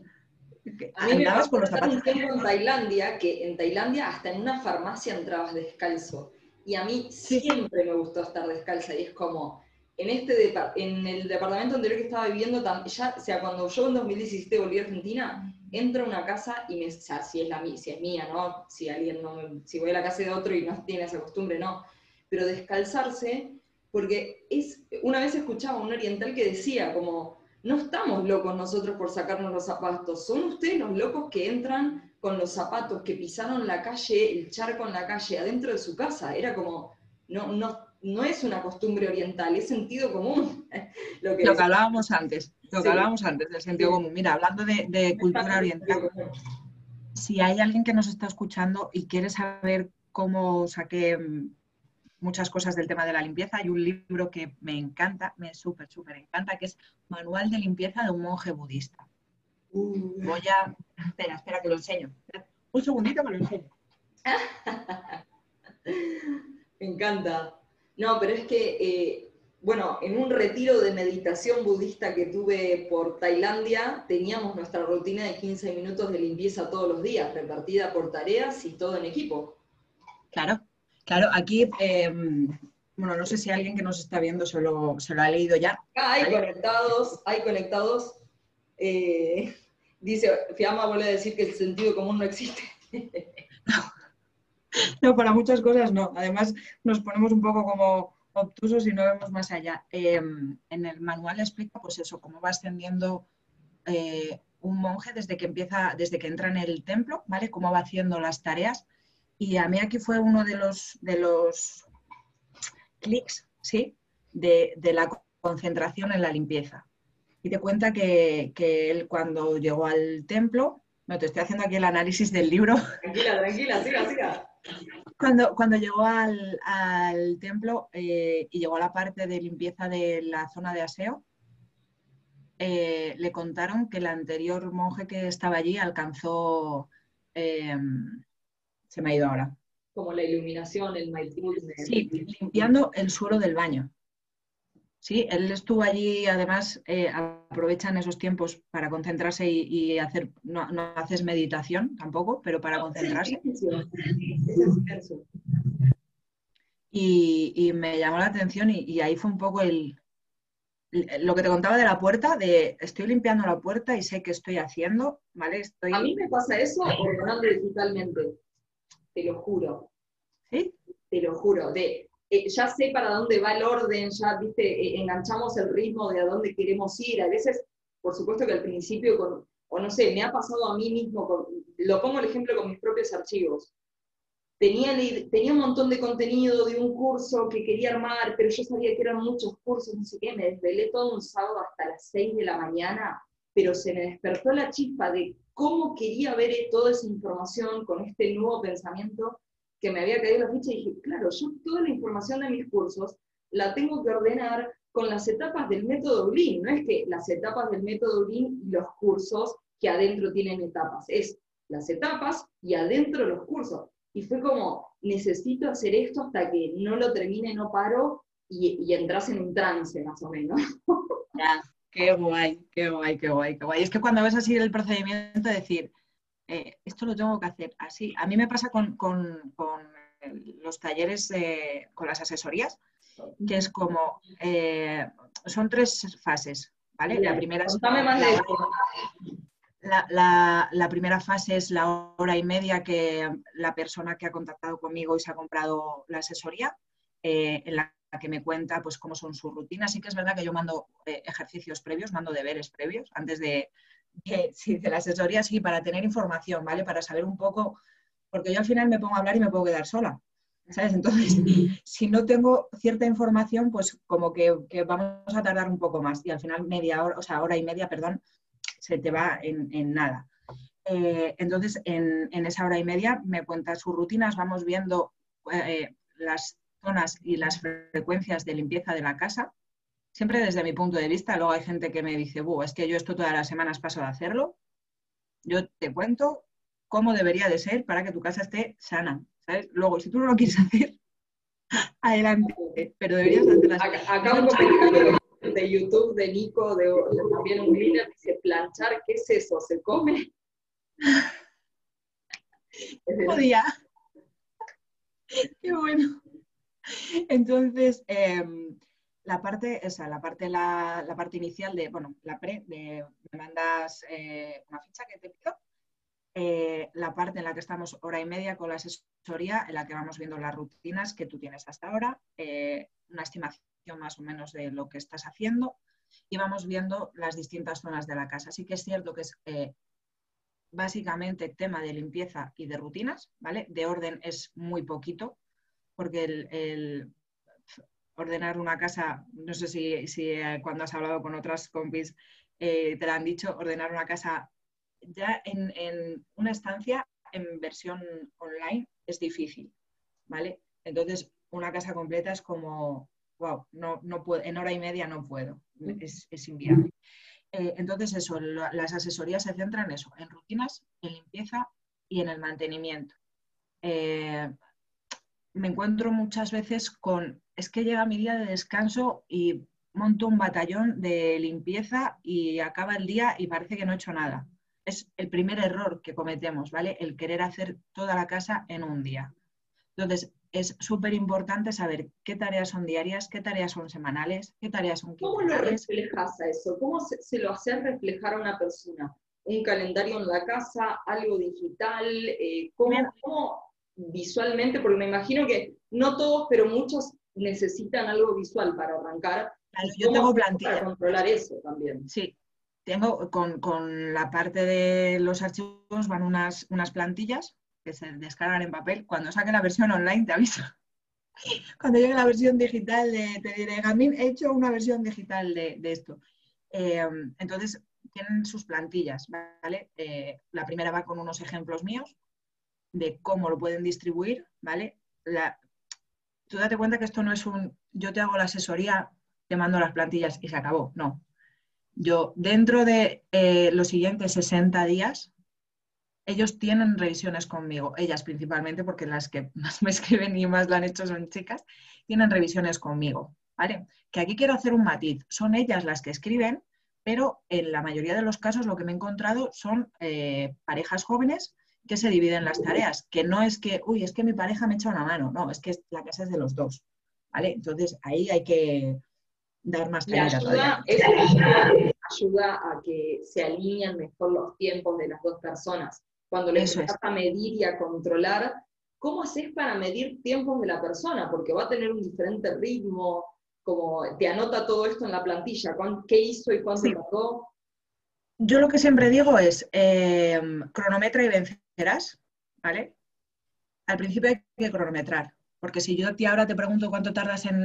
Speaker 1: A mí me
Speaker 2: ¿andabas
Speaker 1: pasó
Speaker 2: con los
Speaker 1: estar un
Speaker 2: zapatos?
Speaker 1: tiempo en Tailandia, que en Tailandia hasta en una farmacia entrabas descalzo. Y a mí
Speaker 2: Sí,
Speaker 1: siempre me gustó estar descalza. Y es como, en, este en el departamento anterior que estaba viviendo, ya, o sea, cuando yo en dos mil diecisiete volví a Argentina, entro a una casa y me, o sea, si es, la, si es mía, ¿no? Si alguien no, si voy a la casa de otro y no tiene esa costumbre, no. Pero descalzarse, porque es, una vez escuchaba a un oriental que decía como, no estamos locos nosotros por sacarnos los zapatos, son ustedes los locos que entran con los zapatos, que pisaron la calle, el charco en la calle, adentro de su casa. Era como, no, no, no es una costumbre oriental, es sentido común. Lo que
Speaker 2: lo que
Speaker 1: decía.
Speaker 2: hablábamos antes, lo que
Speaker 1: Sí,
Speaker 2: hablábamos antes del sentido
Speaker 1: sí.
Speaker 2: común. Mira, hablando de, de cultura oriental, si hay alguien que nos está escuchando y quiere saber cómo saqué muchas cosas del tema de la limpieza, hay un libro que me encanta, me súper, súper encanta, que es Manual de limpieza de un monje budista.
Speaker 1: Uh.
Speaker 2: Voy a... Espera, espera que lo enseño. Un segundito que lo enseño.
Speaker 1: Me encanta. No, pero es que, eh, bueno, en un retiro de meditación budista que tuve por Tailandia, teníamos nuestra rutina de quince minutos de limpieza todos los días, repartida por tareas y todo en equipo.
Speaker 2: Claro, claro, aquí, eh, bueno, no sé si alguien que nos está viendo se lo, se lo ha leído ya.
Speaker 1: Ah, hay
Speaker 2: ¿vale?
Speaker 1: conectados, hay conectados. Eh, dice, Fiamma vuelve a decir que el sentido común no existe.
Speaker 2: No, para muchas cosas no. Además, nos ponemos un poco como obtusos y no vemos más allá. Eh, en el manual explica, pues eso, cómo va ascendiendo eh, un monje desde que empieza, desde que entra en el templo, ¿vale? Cómo va haciendo las tareas. Y a mí aquí fue uno de los, de los clics, ¿sí? De, de la concentración en la limpieza. Y te cuenta que, que él cuando llegó al templo, no te estoy haciendo aquí el análisis del libro.
Speaker 1: Tranquila, tranquila, siga, siga.
Speaker 2: Cuando, cuando llegó al, al templo eh, y llegó a la parte de limpieza de la zona de aseo, eh, le contaron que el anterior monje que estaba allí alcanzó, eh, se me ha ido ahora.
Speaker 1: Como la iluminación, el mindfulness.
Speaker 2: Sí, limpiando el suelo del baño. Sí, él estuvo allí, además eh, aprovechan esos tiempos para concentrarse y, y hacer, no, no haces meditación tampoco, pero para concentrarse. Y, y me llamó la atención y, y ahí fue un poco el, lo que te contaba de la puerta, de estoy limpiando la puerta y sé qué estoy haciendo, ¿vale? Estoy...
Speaker 1: A mí me pasa eso ordenando digitalmente, te lo juro.
Speaker 2: ¿Sí?
Speaker 1: Te lo juro. De, eh, ya sé para dónde va el orden, ya, viste, eh, enganchamos el ritmo de a dónde queremos ir. A veces, por supuesto que al principio, con, o no sé, me ha pasado a mí mismo, con, lo pongo el ejemplo con mis propios archivos. Tenía, tenía un montón de contenido de un curso que quería armar, pero yo sabía que eran muchos cursos, no sé qué, me desvelé todo un sábado hasta las seis de la mañana, pero se me despertó la chispa de cómo quería ver toda esa información con este nuevo pensamiento que me había caído la ficha y dije, claro, yo toda la información de mis cursos la tengo que ordenar con las etapas del método Green, no es que las etapas del método Green y los cursos que adentro tienen etapas, es las etapas y adentro los cursos. Y fue como, necesito hacer esto hasta que no lo termine, no paro, y, y entras en un trance más o menos.
Speaker 2: Ya, qué guay, qué guay, qué guay, qué guay. Es que cuando ves así el procedimiento de decir, eh, esto lo tengo que hacer así. A mí me pasa con, con, con los talleres, eh, con las asesorías, que es como, eh, son tres fases, ¿vale?
Speaker 1: Bien,
Speaker 2: la primera es
Speaker 1: contame más
Speaker 2: la,
Speaker 1: de
Speaker 2: hora, la, la, la primera fase es la hora y media que la persona que ha contactado conmigo y se ha comprado la asesoría, eh, en la que me cuenta pues cómo son sus rutinas. Sí que es verdad que yo mando eh, ejercicios previos, mando deberes previos antes de, de, sí, de la asesoría, sí, para tener información, ¿vale? Para saber un poco, porque yo al final me pongo a hablar y me puedo quedar sola, ¿sabes? Entonces, si no tengo cierta información, pues como que, que vamos a tardar un poco más y al final media hora, o sea, hora y media, perdón, se te va en, en nada. Eh, entonces, en, en, esa hora y media me cuenta sus rutinas, vamos viendo eh, las zonas y las frecuencias de limpieza de la casa, siempre desde mi punto de vista. Luego hay gente que me dice, es que yo esto todas las semanas paso de hacerlo. Yo te cuento cómo debería de ser para que tu casa esté sana, ¿sabes? Luego, si tú no lo quieres hacer, adelante, pero deberías hacerlas.
Speaker 1: Acá, acá un comentario de YouTube de Nico, de, de también un greener, dice, planchar, ¿qué es eso? ¿Se come?
Speaker 2: Podía. Qué bueno. Entonces, eh, la parte, esa, la parte, la, la parte inicial de, bueno, la pre, de, me mandas eh, una ficha que te pido, eh, la parte en la que estamos hora y media con la asesoría, en la que vamos viendo las rutinas que tú tienes hasta ahora, eh, una estimación más o menos de lo que estás haciendo y vamos viendo las distintas zonas de la casa. Sí que es cierto que es eh, básicamente tema de limpieza y de rutinas, ¿vale? De orden es muy poquito, porque el, el ordenar una casa, no sé si, si eh, cuando has hablado con otras compis eh, te la han dicho, ordenar una casa ya en, en una estancia en versión online es difícil, ¿vale? Entonces, una casa completa es como, wow, no, no puedo, en hora y media no puedo, es, es inviable. Eh, entonces, eso, lo, las asesorías se centran en eso, en rutinas, en limpieza y en el mantenimiento. Eh, me encuentro muchas veces con, es que llega mi día de descanso y monto un batallón de limpieza y acaba el día y parece que no he hecho nada. Es el primer error que cometemos, ¿vale? El querer hacer toda la casa en un día. Entonces, es súper importante saber qué tareas son diarias, qué tareas son semanales, qué tareas son
Speaker 1: ¿Cómo lo
Speaker 2: quincenales.
Speaker 1: reflejas a eso? ¿Cómo se, se lo haces reflejar a una persona? ¿Un calendario en la casa, algo digital? Eh, ¿cómo, ¿Cómo visualmente? Porque me imagino que no todos, pero muchos necesitan algo visual para arrancar.
Speaker 2: Claro, yo tengo plantilla.
Speaker 1: Para controlar eso también.
Speaker 2: Sí, tengo con, con la parte de los archivos van unas, unas plantillas que se descargan en papel. Cuando saque la versión online te aviso. Cuando llegue la versión digital, de, te diré, Gamín, he hecho una versión digital de, de esto. Eh, entonces, tienen sus plantillas, ¿vale? Eh, la primera va con unos ejemplos míos de cómo lo pueden distribuir, ¿vale? La, tú date cuenta que esto no es un, yo te hago la asesoría, te mando las plantillas y se acabó. No. Yo, dentro de eh, los siguientes sesenta días, ellos tienen revisiones conmigo, ellas principalmente, porque las que más me escriben y más lo han hecho son chicas, tienen revisiones conmigo, ¿vale? Que aquí quiero hacer un matiz, son ellas las que escriben, pero en la mayoría de los casos lo que me he encontrado son eh, parejas jóvenes que se dividen las tareas, que no es que, uy, es que mi pareja me echa una mano, no, es que la casa es de los dos, ¿vale? Entonces ahí hay que dar más
Speaker 1: Y
Speaker 2: cañita todavía.
Speaker 1: ayuda, eso ayuda, ayuda a que se alineen mejor los tiempos de las dos personas. Cuando les
Speaker 2: Eso es.
Speaker 1: empezás a medir y a controlar, ¿cómo haces para medir tiempos de la persona? Porque va a tener un diferente ritmo, como te anota todo esto en la plantilla, qué hizo y cuánto
Speaker 2: Sí.
Speaker 1: tardó.
Speaker 2: Yo lo que siempre digo es, eh, cronometra y vencerás, ¿vale? Al principio hay que cronometrar, porque si yo a ti ahora te pregunto cuánto tardas en,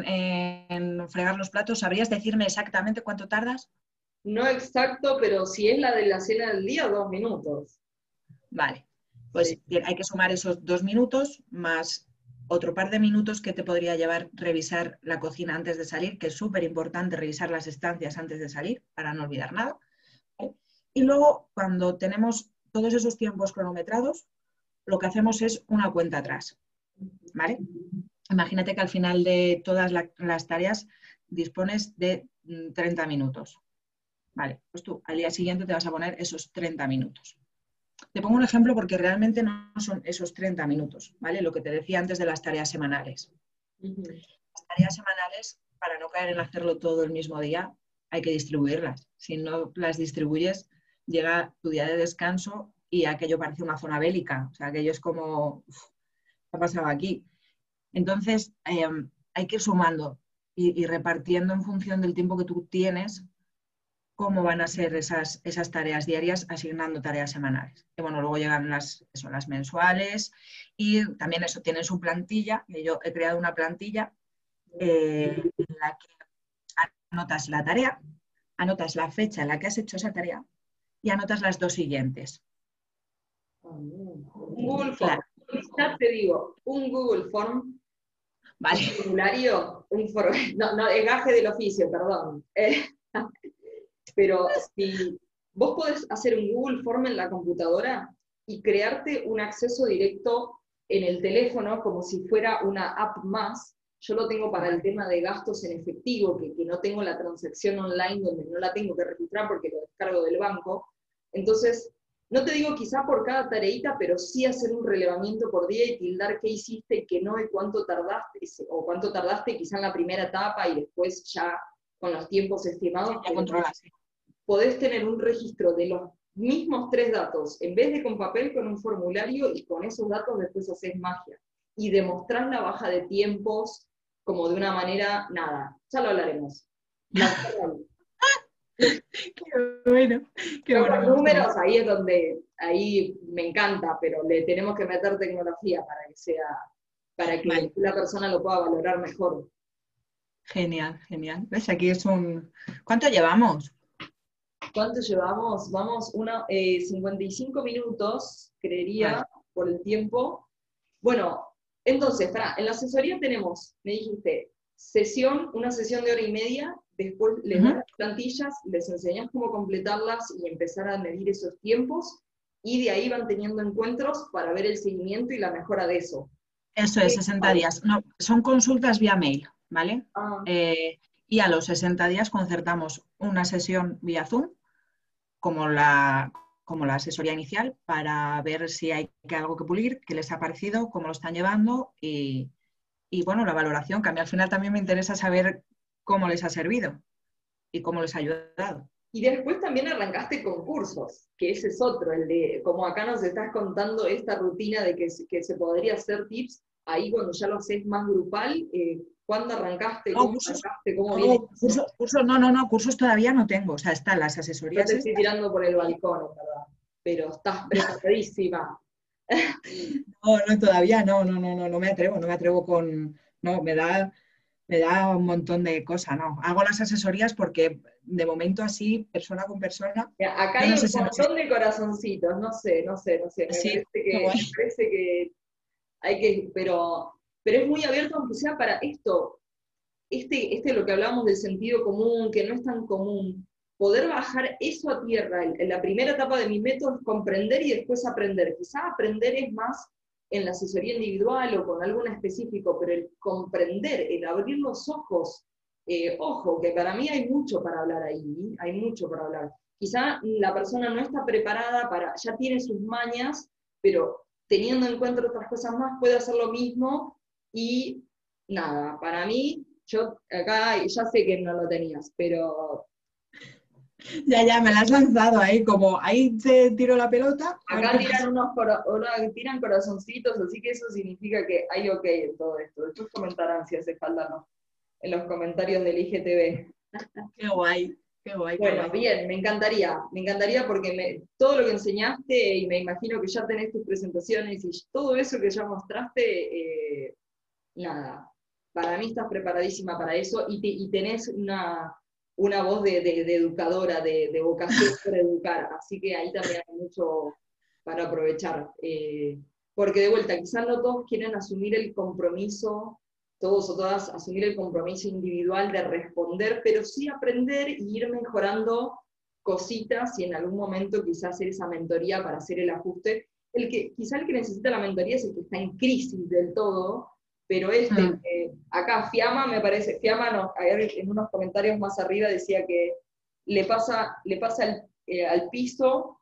Speaker 2: en fregar los platos, ¿sabrías decirme exactamente cuánto tardas?
Speaker 1: No exacto, pero si es la de la cena del día, dos minutos.
Speaker 2: Vale, pues
Speaker 1: Sí.
Speaker 2: hay que sumar esos dos minutos más otro par de minutos que te podría llevar revisar la cocina antes de salir, que es súper importante revisar las estancias antes de salir para no olvidar nada. ¿Vale? Y luego, cuando tenemos todos esos tiempos cronometrados, lo que hacemos es una cuenta atrás, ¿vale? Imagínate que al final de todas la, las tareas dispones de treinta minutos. Vale, pues tú al día siguiente te vas a poner esos treinta minutos. Te pongo un ejemplo porque realmente no son esos treinta minutos, ¿vale? Lo que te decía antes de las tareas semanales.
Speaker 1: Uh-huh.
Speaker 2: Las tareas semanales, para no caer en hacerlo todo el mismo día, hay que distribuirlas. Si no las distribuyes, llega tu día de descanso y aquello parece una zona bélica. O sea, aquello es como, uf, ¿qué ha pasado aquí? Entonces, eh, hay que ir sumando y, y repartiendo en función del tiempo que tú tienes cómo van a ser esas, esas tareas diarias, asignando tareas semanales. Y bueno, luego llegan las, eso, las mensuales y también eso, tienen su plantilla. Y yo he creado una plantilla eh, en la que anotas la tarea, anotas la fecha en la que has hecho esa tarea y anotas las dos siguientes.
Speaker 1: Un Google Form.
Speaker 2: Claro.
Speaker 1: Ya te digo, un Google Form,
Speaker 2: Vale.
Speaker 1: un formulario, un for... no, no, es gaje del oficio, perdón. Eh, pero si vos podés hacer un Google Form en la computadora y crearte un acceso directo en el teléfono como si fuera una app más. Yo lo tengo para el tema de gastos en efectivo, que, que no tengo la transacción online donde no la tengo que registrar porque lo descargo del banco. Entonces, no te digo quizá por cada tareita, pero sí hacer un relevamiento por día y tildar qué hiciste y qué no, y cuánto tardaste, o cuánto tardaste quizá en la primera etapa y después ya con los tiempos estimados.
Speaker 2: Ya controlas.
Speaker 1: Podés tener un registro de los mismos tres datos, en vez de con papel, con un formulario, y con esos datos después haces magia. Y demostrar la baja de tiempos como de una manera, nada, ya lo hablaremos.
Speaker 2: Qué bueno, qué
Speaker 1: Yo
Speaker 2: bueno.
Speaker 1: con números, ahí es donde, ahí me encanta, pero le tenemos que meter tecnología para que sea, para que
Speaker 2: Vale.
Speaker 1: la persona lo pueda valorar mejor.
Speaker 2: Genial, genial. ¿Ves? Aquí es un... ¿Cuánto llevamos?
Speaker 1: ¿Cuánto llevamos? Vamos, una, eh, cincuenta y cinco minutos, creería, vale, por el tiempo. Bueno, entonces, pará, en la asesoría tenemos, me dijiste, sesión, una sesión de hora y media, después les das uh-huh. las plantillas, les enseñás cómo completarlas y empezar a medir esos tiempos, y de ahí van teniendo encuentros para ver el seguimiento y la mejora de eso.
Speaker 2: Eso es, sesenta días. No, son consultas vía mail, ¿vale? Ah. Eh, y a los sesenta días concertamos una sesión vía Zoom, como la, como la asesoría inicial, para ver si hay algo que pulir, qué les ha parecido, cómo lo están llevando y, y bueno, la valoración, que a mí al final también me interesa saber cómo les ha servido y cómo les ha ayudado.
Speaker 1: Y después también arrancaste con cursos, que ese es otro, el de, como acá nos estás contando esta rutina de que, que se podría hacer tips, ahí cuando ya lo haces más grupal, eh, ¿cuándo arrancaste?
Speaker 2: No,
Speaker 1: ¿Cómo
Speaker 2: cursos,
Speaker 1: arrancaste? ¿Cómo
Speaker 2: no, cursos, cursos, no, no, no, cursos todavía no tengo, o sea, están las asesorías.
Speaker 1: Yo te estoy estas. tirando por el balcón, ¿verdad? Pero estás preparadísima.
Speaker 2: No, no, todavía no, no, no, no, no me atrevo, no me atrevo con, no, me da, me da un montón de cosas, ¿no? Hago las asesorías porque de momento así, persona con persona,
Speaker 1: Mira, acá
Speaker 2: yo
Speaker 1: hay
Speaker 2: no
Speaker 1: un
Speaker 2: sé si no sé,
Speaker 1: montón de corazoncitos, no sé, no sé, no sé, me
Speaker 2: sí,
Speaker 1: parece
Speaker 2: qué
Speaker 1: que, me
Speaker 2: guay.
Speaker 1: parece que hay que, pero, pero es muy abierto aunque sea para esto, este, este lo que hablamos del sentido común, que no es tan común, poder bajar eso a tierra. En, en la primera etapa de mi método es comprender y después aprender. Quizá aprender es más en la asesoría individual o con algo en específico, pero el comprender, el abrir los ojos, eh, ojo, que para mí hay mucho para hablar ahí, hay mucho para hablar. Quizá la persona no está preparada para, ya tiene sus mañas, pero teniendo en cuenta otras cosas más, puede hacer lo mismo y nada, para mí, yo acá ya sé que no lo tenías, pero
Speaker 2: Ya, ya, me la has lanzado ahí, como ahí te tiro la pelota, a ver
Speaker 1: acá
Speaker 2: qué
Speaker 1: tiran
Speaker 2: pasa.
Speaker 1: unos cora- unos- tiran corazoncitos, así que eso significa que hay ok en todo esto. Después comentarán si hace falta o no, en los comentarios del I G T V.
Speaker 2: Qué guay, qué guay, qué
Speaker 1: Bueno,
Speaker 2: guay.
Speaker 1: bien, me encantaría, me encantaría porque me, todo lo que enseñaste, y me imagino que ya tenés tus presentaciones y todo eso que ya mostraste, eh, nada, para mí estás preparadísima para eso y, te, y tenés una, una voz de, de, de educadora, de, de, vocación para educar, así que ahí también hay mucho para aprovechar. Eh, porque de vuelta, quizás no todos quieren asumir el compromiso, todos o todas asumir el compromiso individual de responder, pero sí aprender y ir mejorando cositas y en algún momento quizás hacer esa mentoría para hacer el ajuste. El que, quizá el que necesita la mentoría es el que está en crisis del todo, pero este,
Speaker 2: Mm.
Speaker 1: eh, acá Fiamma me parece, Fiamma no, en unos comentarios más arriba decía que le pasa, le pasa el, eh, al piso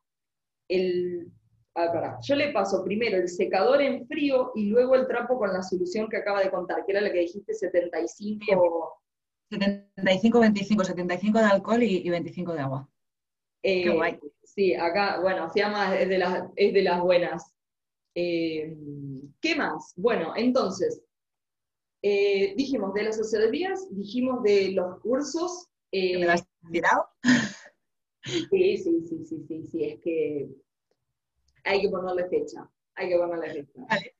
Speaker 1: el, ah, pará, yo le paso primero el secador en frío y luego el trapo con la solución que acaba de contar, que era la que dijiste setenta y cinco.
Speaker 2: setenta y cinco, veinticinco, setenta y cinco de alcohol y, y veinticinco de agua. Qué
Speaker 1: Eh,
Speaker 2: guay.
Speaker 1: sí, acá, bueno, Fiamma es de las, es de las buenas. Eh, ¿Qué más? Bueno, entonces, Eh, dijimos de las asesorías, dijimos de los cursos.
Speaker 2: ¿Que me la
Speaker 1: Eh,
Speaker 2: has tirado?
Speaker 1: sí, sí, sí, sí, sí, sí, es que hay que ponerle fecha, hay que ponerle fecha.
Speaker 2: Vale,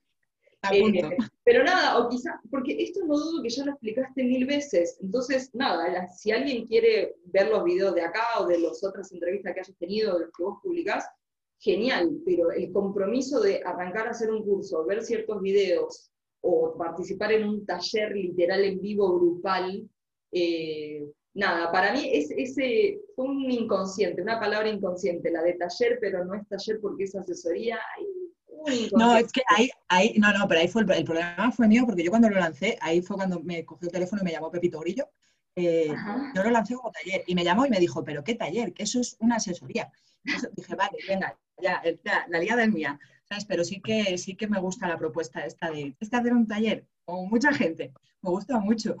Speaker 2: a punto.
Speaker 1: Eh, pero nada, o quizá, porque esto no dudo que ya lo explicaste mil veces, entonces nada, la, si alguien quiere ver los videos de acá o de las otras entrevistas que hayas tenido, de los que vos publicás, genial, pero el compromiso de arrancar a hacer un curso, ver ciertos videos o participar en un taller literal en vivo grupal, eh, nada, para mí es, ese fue un inconsciente, una palabra inconsciente, la de taller, pero no es taller porque es asesoría, hay un
Speaker 2: No,
Speaker 1: inconsciente.
Speaker 2: es que ahí, ahí, no, no, pero ahí fue el, el problema fue mío, porque yo cuando lo lancé, ahí fue cuando me cogió el teléfono y me llamó Pepito Grillo. Eh,
Speaker 1: Ajá.
Speaker 2: yo lo lancé como taller y me llamó y me dijo, pero ¿qué taller? Que eso es una asesoría. Entonces dije, vale, venga, ya, ya, la liada es mía, ¿sabes? Pero sí que, sí que me gusta la propuesta esta de, es que hacer un taller con mucha gente, me gusta mucho.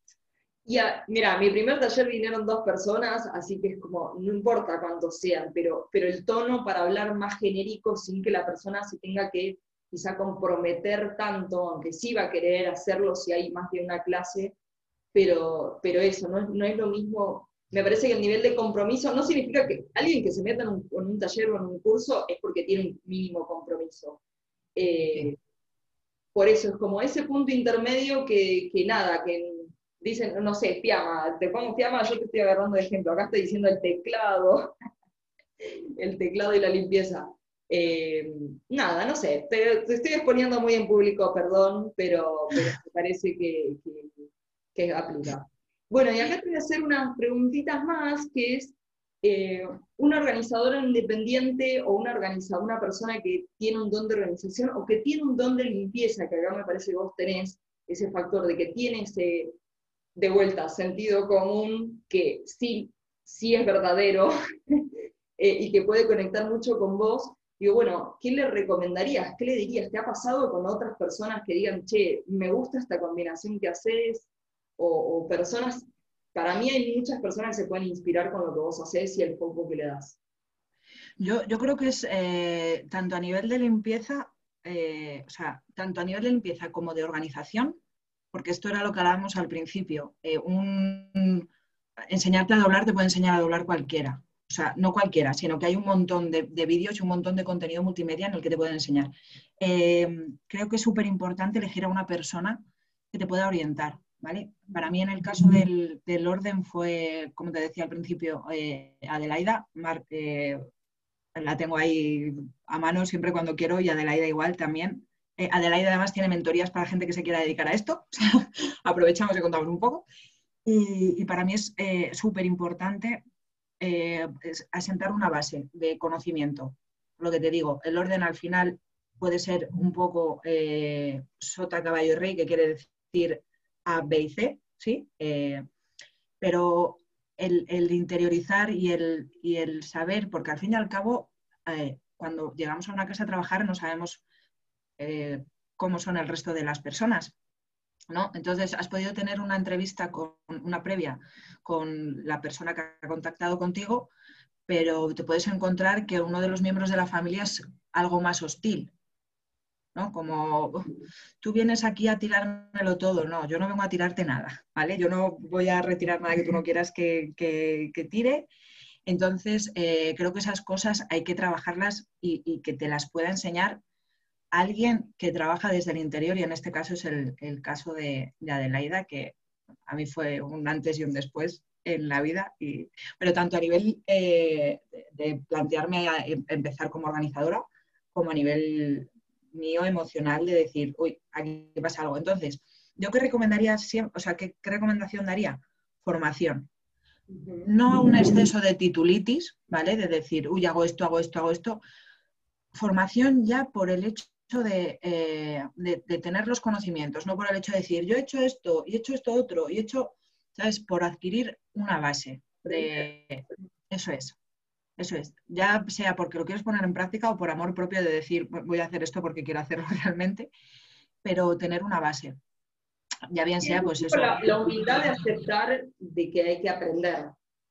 Speaker 1: Y a- mira, mi primer taller vinieron dos personas, así que es como, no importa cuántos sean, pero, pero el tono para hablar más genérico sin que la persona se tenga que quizá comprometer tanto, aunque sí va a querer hacerlo si hay más de una clase, pero, pero eso, no, es- no es lo mismo. Me parece que el nivel de compromiso no significa que alguien que se meta en un, en un taller o en un curso es porque tiene un mínimo compromiso.
Speaker 2: Sí.
Speaker 1: Eh, por eso es como ese punto intermedio que, que nada, que dicen, no sé, Fiamma, te pongo Fiamma, yo te estoy agarrando de ejemplo, acá estoy diciendo el teclado, el teclado y la limpieza. Eh, nada, no sé, te, te estoy exponiendo muy en público, perdón, pero, pero me parece que, que, que aplica. Bueno, y acá te voy a hacer unas preguntitas más, que es, eh, una organizadora independiente o una, organiza, una persona que tiene un don de organización o que tiene un don de limpieza, que acá me parece que vos tenés ese factor de que tiene ese, de vuelta, sentido común, que sí, sí es verdadero, eh, y que puede conectar mucho con vos. Digo, bueno, ¿qué le recomendarías? ¿Qué le dirías? ¿Te ha pasado con otras personas que digan, che, me gusta esta combinación que haces? O, o personas, para mí hay muchas personas que se pueden inspirar con lo que vos haces y el foco que le das.
Speaker 2: Yo, yo creo que es eh, tanto a nivel de limpieza, eh, o sea, tanto a nivel de limpieza como de organización, porque esto era lo que hablábamos al principio. Eh, un, enseñarte a doblar te puede enseñar a doblar cualquiera. O sea, no cualquiera, sino que hay un montón de, de vídeos y un montón de contenido multimedia en el que te pueden enseñar. Eh, creo que es súper importante elegir a una persona que te pueda orientar, ¿vale? Para mí en el caso del, del orden fue, como te decía al principio, eh, Adelaida, Mar, eh, la tengo ahí a mano siempre cuando quiero y Adelaida igual también. Eh, Adelaida además tiene mentorías para gente que se quiera dedicar a esto, aprovechamos y contamos un poco. Y, y para mí es eh, súper importante eh, asentar una base de conocimiento. Lo que te digo, el orden al final puede ser un poco eh, sota, caballo y rey, que quiere decir A, B y C, ¿sí? Eh, pero el, el, interiorizar y el, y el saber, porque al fin y al cabo, eh, cuando llegamos a una casa a trabajar no sabemos eh, cómo son el resto de las personas, ¿no? Entonces, has podido tener una entrevista, con una previa, con la persona que ha contactado contigo, pero te puedes encontrar que uno de los miembros de la familia es algo más hostil, ¿no? Como tú vienes aquí a tirármelo todo, no, yo no vengo a tirarte nada, ¿vale? Yo no voy a retirar nada que tú no quieras que, que, que tire. Entonces, eh, creo que esas cosas hay que trabajarlas y, y que te las pueda enseñar alguien que trabaja desde el interior, y en este caso es el, el caso de, de Adelaida, que a mí fue un antes y un después en la vida, y, pero tanto a nivel eh, de, de plantearme a empezar como organizadora, como a nivel mío emocional de decir, uy, aquí pasa algo. Entonces, ¿yo qué recomendaría siempre, o sea, qué, qué recomendación daría? Formación. No un exceso de titulitis, ¿vale? De decir, uy, hago esto, hago esto, hago esto. Formación ya por el hecho de, eh, de, de tener los conocimientos, no por el hecho de decir, yo he hecho esto, y he hecho esto otro, y he hecho, ¿sabes? Por adquirir una base. De... Eso es. Eso es, ya sea porque lo quieres poner en práctica o por amor propio de decir, voy a hacer esto porque quiero hacerlo realmente, pero tener una base. Ya bien sea, pues eso.
Speaker 1: La, la humildad de aceptar de que hay que aprender.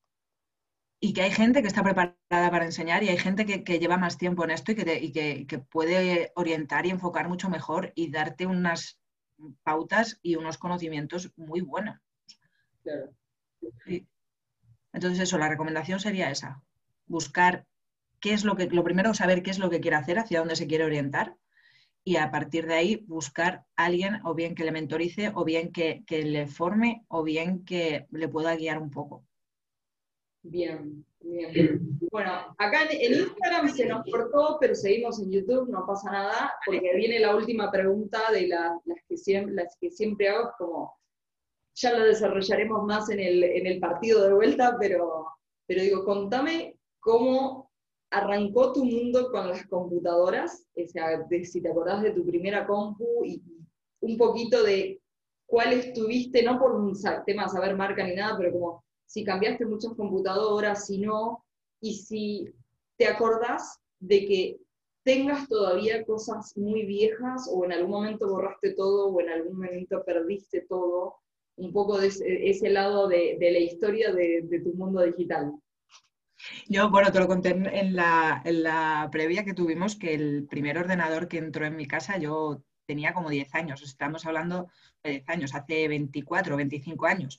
Speaker 2: Y que hay gente que está preparada para enseñar y hay gente que, que lleva más tiempo en esto y, que, te, y que, que puede orientar y enfocar mucho mejor y darte unas pautas y unos conocimientos muy buenos.
Speaker 1: Claro.
Speaker 2: Sí. Entonces eso, la recomendación sería esa, buscar qué es lo que, lo primero, saber qué es lo que quiere hacer, hacia dónde se quiere orientar, y a partir de ahí buscar a alguien o bien que le mentorice, o bien que, que le forme, o bien que le pueda guiar un poco.
Speaker 1: Bien, bien. Bueno, acá en, en Instagram se nos cortó, pero seguimos en YouTube, no pasa nada, porque viene la última pregunta de la, las, que siempre, las que siempre hago, es como, ya lo desarrollaremos más en el, en el partido de vuelta, pero, pero digo, contame cómo arrancó tu mundo con las computadoras, o sea, de, si te acordás de tu primera compu y un poquito de cuál estuviste, no por un tema de saber marca ni nada, pero como si cambiaste muchas computadoras, si no, y si te acordás de que tengas todavía cosas muy viejas, o en algún momento borraste todo, o en algún momento perdiste todo, un poco de ese, ese lado de, de la historia de, de tu mundo digital.
Speaker 2: Yo, bueno, te lo conté en la, en la previa que tuvimos, que el primer ordenador que entró en mi casa yo tenía como diez años, estamos hablando de diez años, hace veinticuatro, veinticinco años.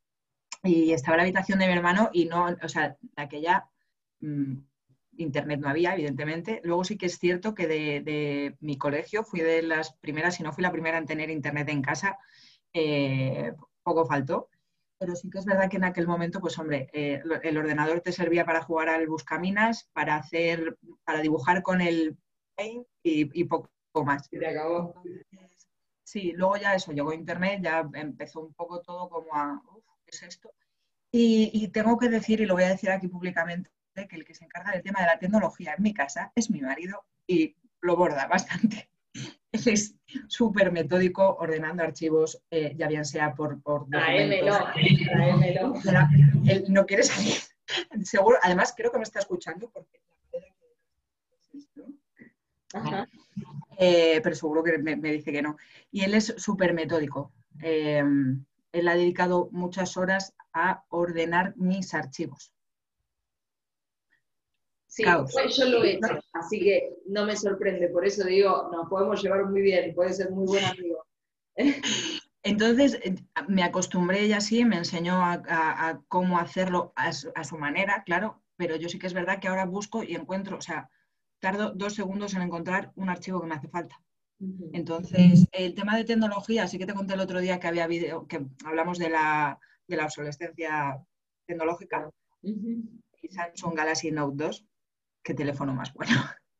Speaker 2: Y estaba en la habitación de mi hermano y no, o sea, de aquella mmm, internet no había, evidentemente. Luego sí que es cierto que de, de mi colegio fui de las primeras, si no fui la primera en tener internet en casa, eh, poco faltó. Pero sí que es verdad que en aquel momento, pues hombre, eh, el ordenador te servía para jugar al buscaminas, para hacer, para dibujar con el Paint y, y poco más.
Speaker 1: Se te acabó.
Speaker 2: Entonces, sí, luego ya eso, llegó internet, ya empezó un poco todo como a, uf, ¿qué es esto? Y, y tengo que decir, y lo voy a decir aquí públicamente, que el que se encarga del tema de la tecnología en mi casa es mi marido y lo borda bastante. Él es súper metódico ordenando archivos, eh, ya bien sea por, por documentos.
Speaker 1: Traémelo, traémelo.
Speaker 2: Pero él no quiere salir. Seguro, además creo que me está escuchando porque ¿vale? Eh, pero seguro que me, me dice que no. Y él es súper metódico. Eh, él ha dedicado muchas horas a ordenar mis archivos.
Speaker 1: Sí, pues yo lo he hecho, así que no me sorprende, por eso digo, nos podemos llevar muy bien, puede ser muy buen amigo.
Speaker 2: Entonces me acostumbré y así, me enseñó a, a, a cómo hacerlo a su, a su manera, claro, pero yo sí que es verdad que ahora busco y encuentro, o sea, tardo dos segundos en encontrar un archivo que me hace falta.
Speaker 1: Ujú.
Speaker 2: Entonces, el tema de tecnología, sí que te conté el otro día que había video, que hablamos de la, de la obsolescencia tecnológica
Speaker 1: Ujú.
Speaker 2: y Samsung Galaxy Note dos, qué teléfono más bueno.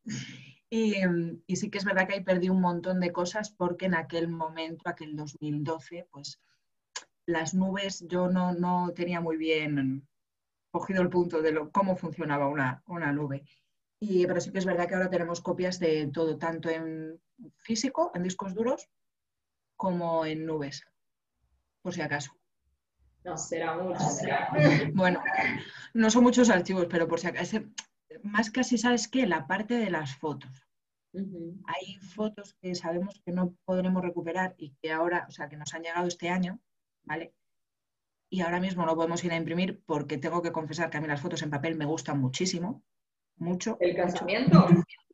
Speaker 2: Y, y sí que es verdad que ahí perdí un montón de cosas porque en aquel momento, aquel dos mil doce, pues las nubes yo no, no tenía muy bien cogido el punto de lo, cómo funcionaba una, una nube. Y, pero sí que es verdad que ahora tenemos copias de todo, tanto en físico, en discos duros, como en nubes, por si acaso.
Speaker 1: No, será mucho.
Speaker 2: Bueno, no son muchos archivos, pero por si acaso, más casi sabes que la parte de las fotos.
Speaker 1: Ujú.
Speaker 2: Hay fotos que sabemos que no podremos recuperar y que ahora, o sea, que nos han llegado este año, ¿vale? Y ahora mismo no podemos ir a imprimir porque tengo que confesar que a mí las fotos en papel me gustan muchísimo, mucho,
Speaker 1: ¿El
Speaker 2: mucho.
Speaker 1: casamiento?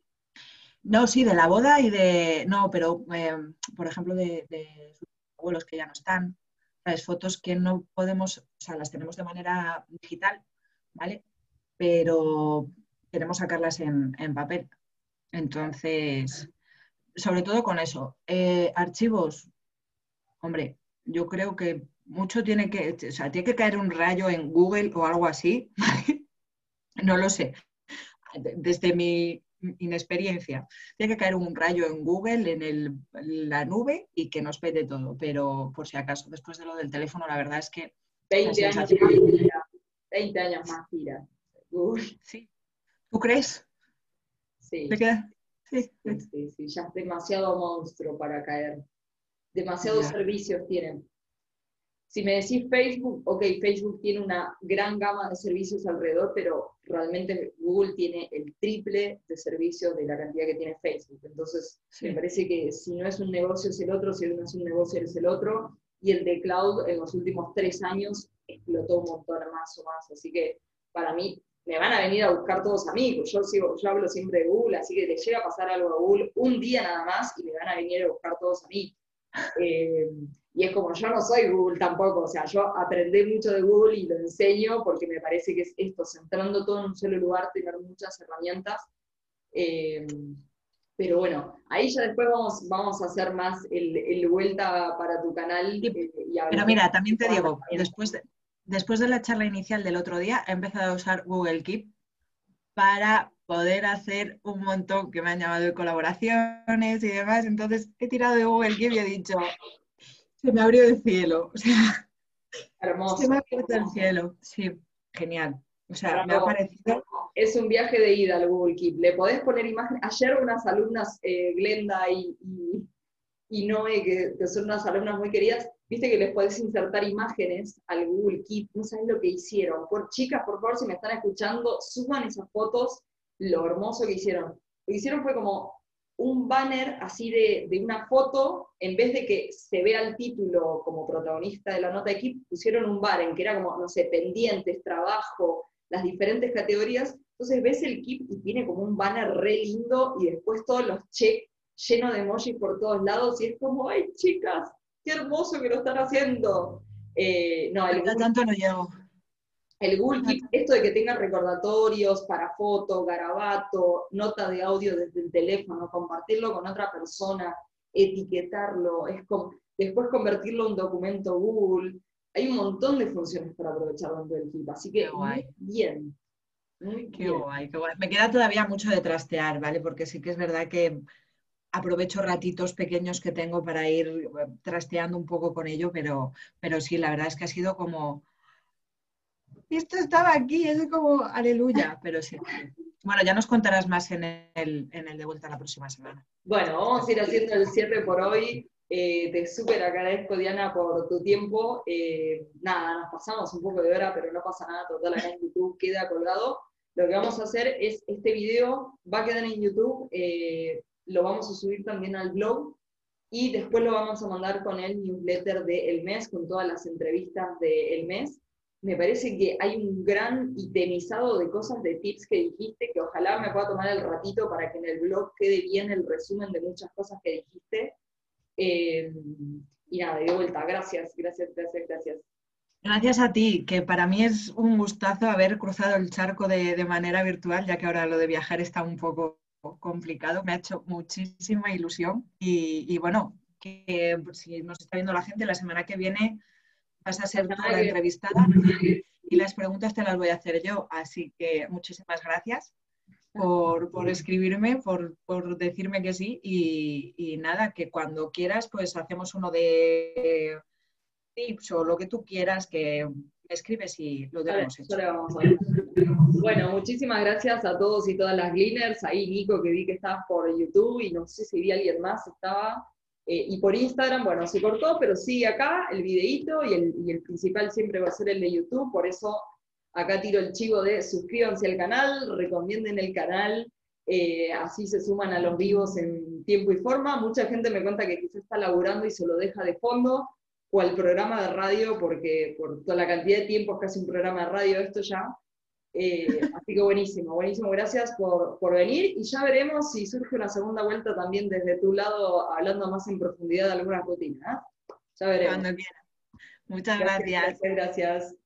Speaker 2: No, sí, de la boda y de, no, pero eh, por ejemplo de, de sus abuelos que ya no están, ¿sabes? Fotos que no podemos, o sea, las tenemos de manera digital, ¿vale? Pero queremos sacarlas en, en papel. Entonces, sobre todo con eso. Eh, archivos, hombre, yo creo que mucho tiene que, o sea, tiene que caer un rayo en Google o algo así, no lo sé, desde mi inexperiencia. Tiene que caer un rayo en Google, en, el, en la nube y que nos pete todo, pero por si acaso, después de lo del teléfono, la verdad es que la
Speaker 1: veinte años
Speaker 2: sensación...
Speaker 1: más gira. veinte años más gira. Uy,
Speaker 2: Sí, ¿tú crees? ¿Te
Speaker 1: sí,
Speaker 2: queda? Sí,
Speaker 1: sí, sí, sí, ya es demasiado monstruo para caer. Demasiados
Speaker 2: ya.
Speaker 1: servicios tienen. Si me decís Facebook, ok, Facebook tiene una gran gama de servicios alrededor, pero realmente Google tiene el triple de servicios de la cantidad que tiene Facebook. Entonces, me
Speaker 2: Sí.
Speaker 1: parece que si no es un negocio es el otro, si no es un negocio es el otro. Y el de cloud en los últimos tres años explotó un montón más o más. Así que para mí me van a venir a buscar todos a mí. Yo, sigo, yo hablo siempre de Google, así que le llega a pasar algo a Google un día nada más y me van a venir a buscar todos a mí. Eh, y es como, yo no soy Google tampoco, o sea, yo aprendí mucho de Google y lo enseño porque me parece que es esto, centrando todo en un solo lugar, tener muchas herramientas. Eh, pero bueno, ahí ya después vamos, vamos a hacer más el, el vuelta para tu canal
Speaker 2: Y-
Speaker 1: eh, y
Speaker 2: pero
Speaker 1: hablar
Speaker 2: mira, también
Speaker 1: de
Speaker 2: te
Speaker 1: más
Speaker 2: digo,
Speaker 1: herramientas.
Speaker 2: después de, después de la charla inicial del otro día, he empezado a usar Google Keep para poder hacer un montón que me han llamado de colaboraciones y demás. Entonces he tirado de Google Keep y he dicho, se me abrió el cielo. O sea, se me ha
Speaker 1: Hermoso.
Speaker 2: abierto el cielo. Sí, genial. O sea,
Speaker 1: Para
Speaker 2: me ha
Speaker 1: no,
Speaker 2: parecido...
Speaker 1: es un viaje de ida al Google Keep. Le podés poner imágenes. Ayer unas alumnas, eh, Glenda y, y y Noé, que, que son unas alumnas muy queridas, viste que les podés insertar imágenes al Google Keep, no sabés lo que hicieron. Por chicas, por favor, si me están escuchando, suban esas fotos, lo hermoso que hicieron. Lo que hicieron fue como un banner así de, de una foto, en vez de que se vea el título como protagonista de la nota de Keep, pusieron un banner que era como, no sé, pendientes, trabajo, las diferentes categorías. Entonces ves el Keep y tiene como un banner re lindo y después todos los check lleno de emojis por todos lados y es como, ay chicas, qué hermoso que lo están haciendo. Eh, no, el
Speaker 2: A
Speaker 1: Google,
Speaker 2: tanto no llego.
Speaker 1: el Google
Speaker 2: A
Speaker 1: Keep, esto de que tenga recordatorios para foto, garabato, nota de audio desde el teléfono, compartirlo con otra persona, etiquetarlo, es como, después convertirlo en un documento Google. Hay un montón de funciones para aprovechar dentro del Keep, así
Speaker 2: Qué
Speaker 1: que muy
Speaker 2: guay,
Speaker 1: bien, muy
Speaker 2: qué
Speaker 1: bien.
Speaker 2: guay, qué guay. Me queda todavía mucho de trastear, ¿vale? Porque sí que es verdad que aprovecho ratitos pequeños que tengo para ir eh, trasteando un poco con ello, pero, pero sí, la verdad es que ha sido como, esto estaba aquí, es como, aleluya, pero sí. Bueno, ya nos contarás más en el, en el de vuelta la próxima semana.
Speaker 1: Bueno, vamos a ir haciendo el cierre por hoy. Eh, te súper agradezco, Diana, por tu tiempo. Eh, nada, nos pasamos un poco de hora, pero no pasa nada, total, acá en YouTube queda colgado. Lo que vamos a hacer es, este video va a quedar en YouTube, eh, lo vamos a subir también al blog y después lo vamos a mandar con el newsletter del mes, con todas las entrevistas del mes. Me parece que hay un gran itemizado de cosas, de tips que dijiste, que ojalá me pueda tomar el ratito para que en el blog quede bien el resumen de muchas cosas que dijiste. Eh, y nada, de vuelta, gracias, gracias, gracias, gracias.
Speaker 2: Gracias a ti, que para mí es un gustazo haber cruzado el charco de, de manera virtual, ya que ahora lo de viajar está un poco complicado, me ha hecho muchísima ilusión y, y bueno, que si nos está viendo la gente, la semana que viene vas a ser tú la entrevistada y las preguntas te las voy a hacer yo, así que muchísimas gracias por, por escribirme, por, por decirme que sí y, y nada, que cuando quieras pues hacemos uno de tips o lo que tú quieras, que me escribes y lo tenemos hecho.
Speaker 1: Bueno, muchísimas gracias a todos y todas las Gleaners. Ahí Nico, que vi que estabas por YouTube y no sé si vi a alguien más, estaba. Eh, y por Instagram, bueno, se cortó, pero sigue acá el videíto y el, y el principal siempre va a ser el de YouTube. Por eso acá tiro el chivo de suscríbanse al canal, recomienden el canal, eh, así se suman a los vivos en tiempo y forma. Mucha gente me cuenta que quizás está laburando y se lo deja de fondo, o al programa de radio, porque por toda la cantidad de tiempo es casi un programa de radio esto ya. Eh, así que buenísimo, buenísimo, gracias por, por venir, y ya veremos si surge una segunda vuelta también desde tu lado, hablando más en profundidad de alguna rutina. ¿eh? Ya veremos.
Speaker 2: Cuando quieras. Muchas
Speaker 1: Gracias.
Speaker 2: gracias.
Speaker 1: Gracias. gracias.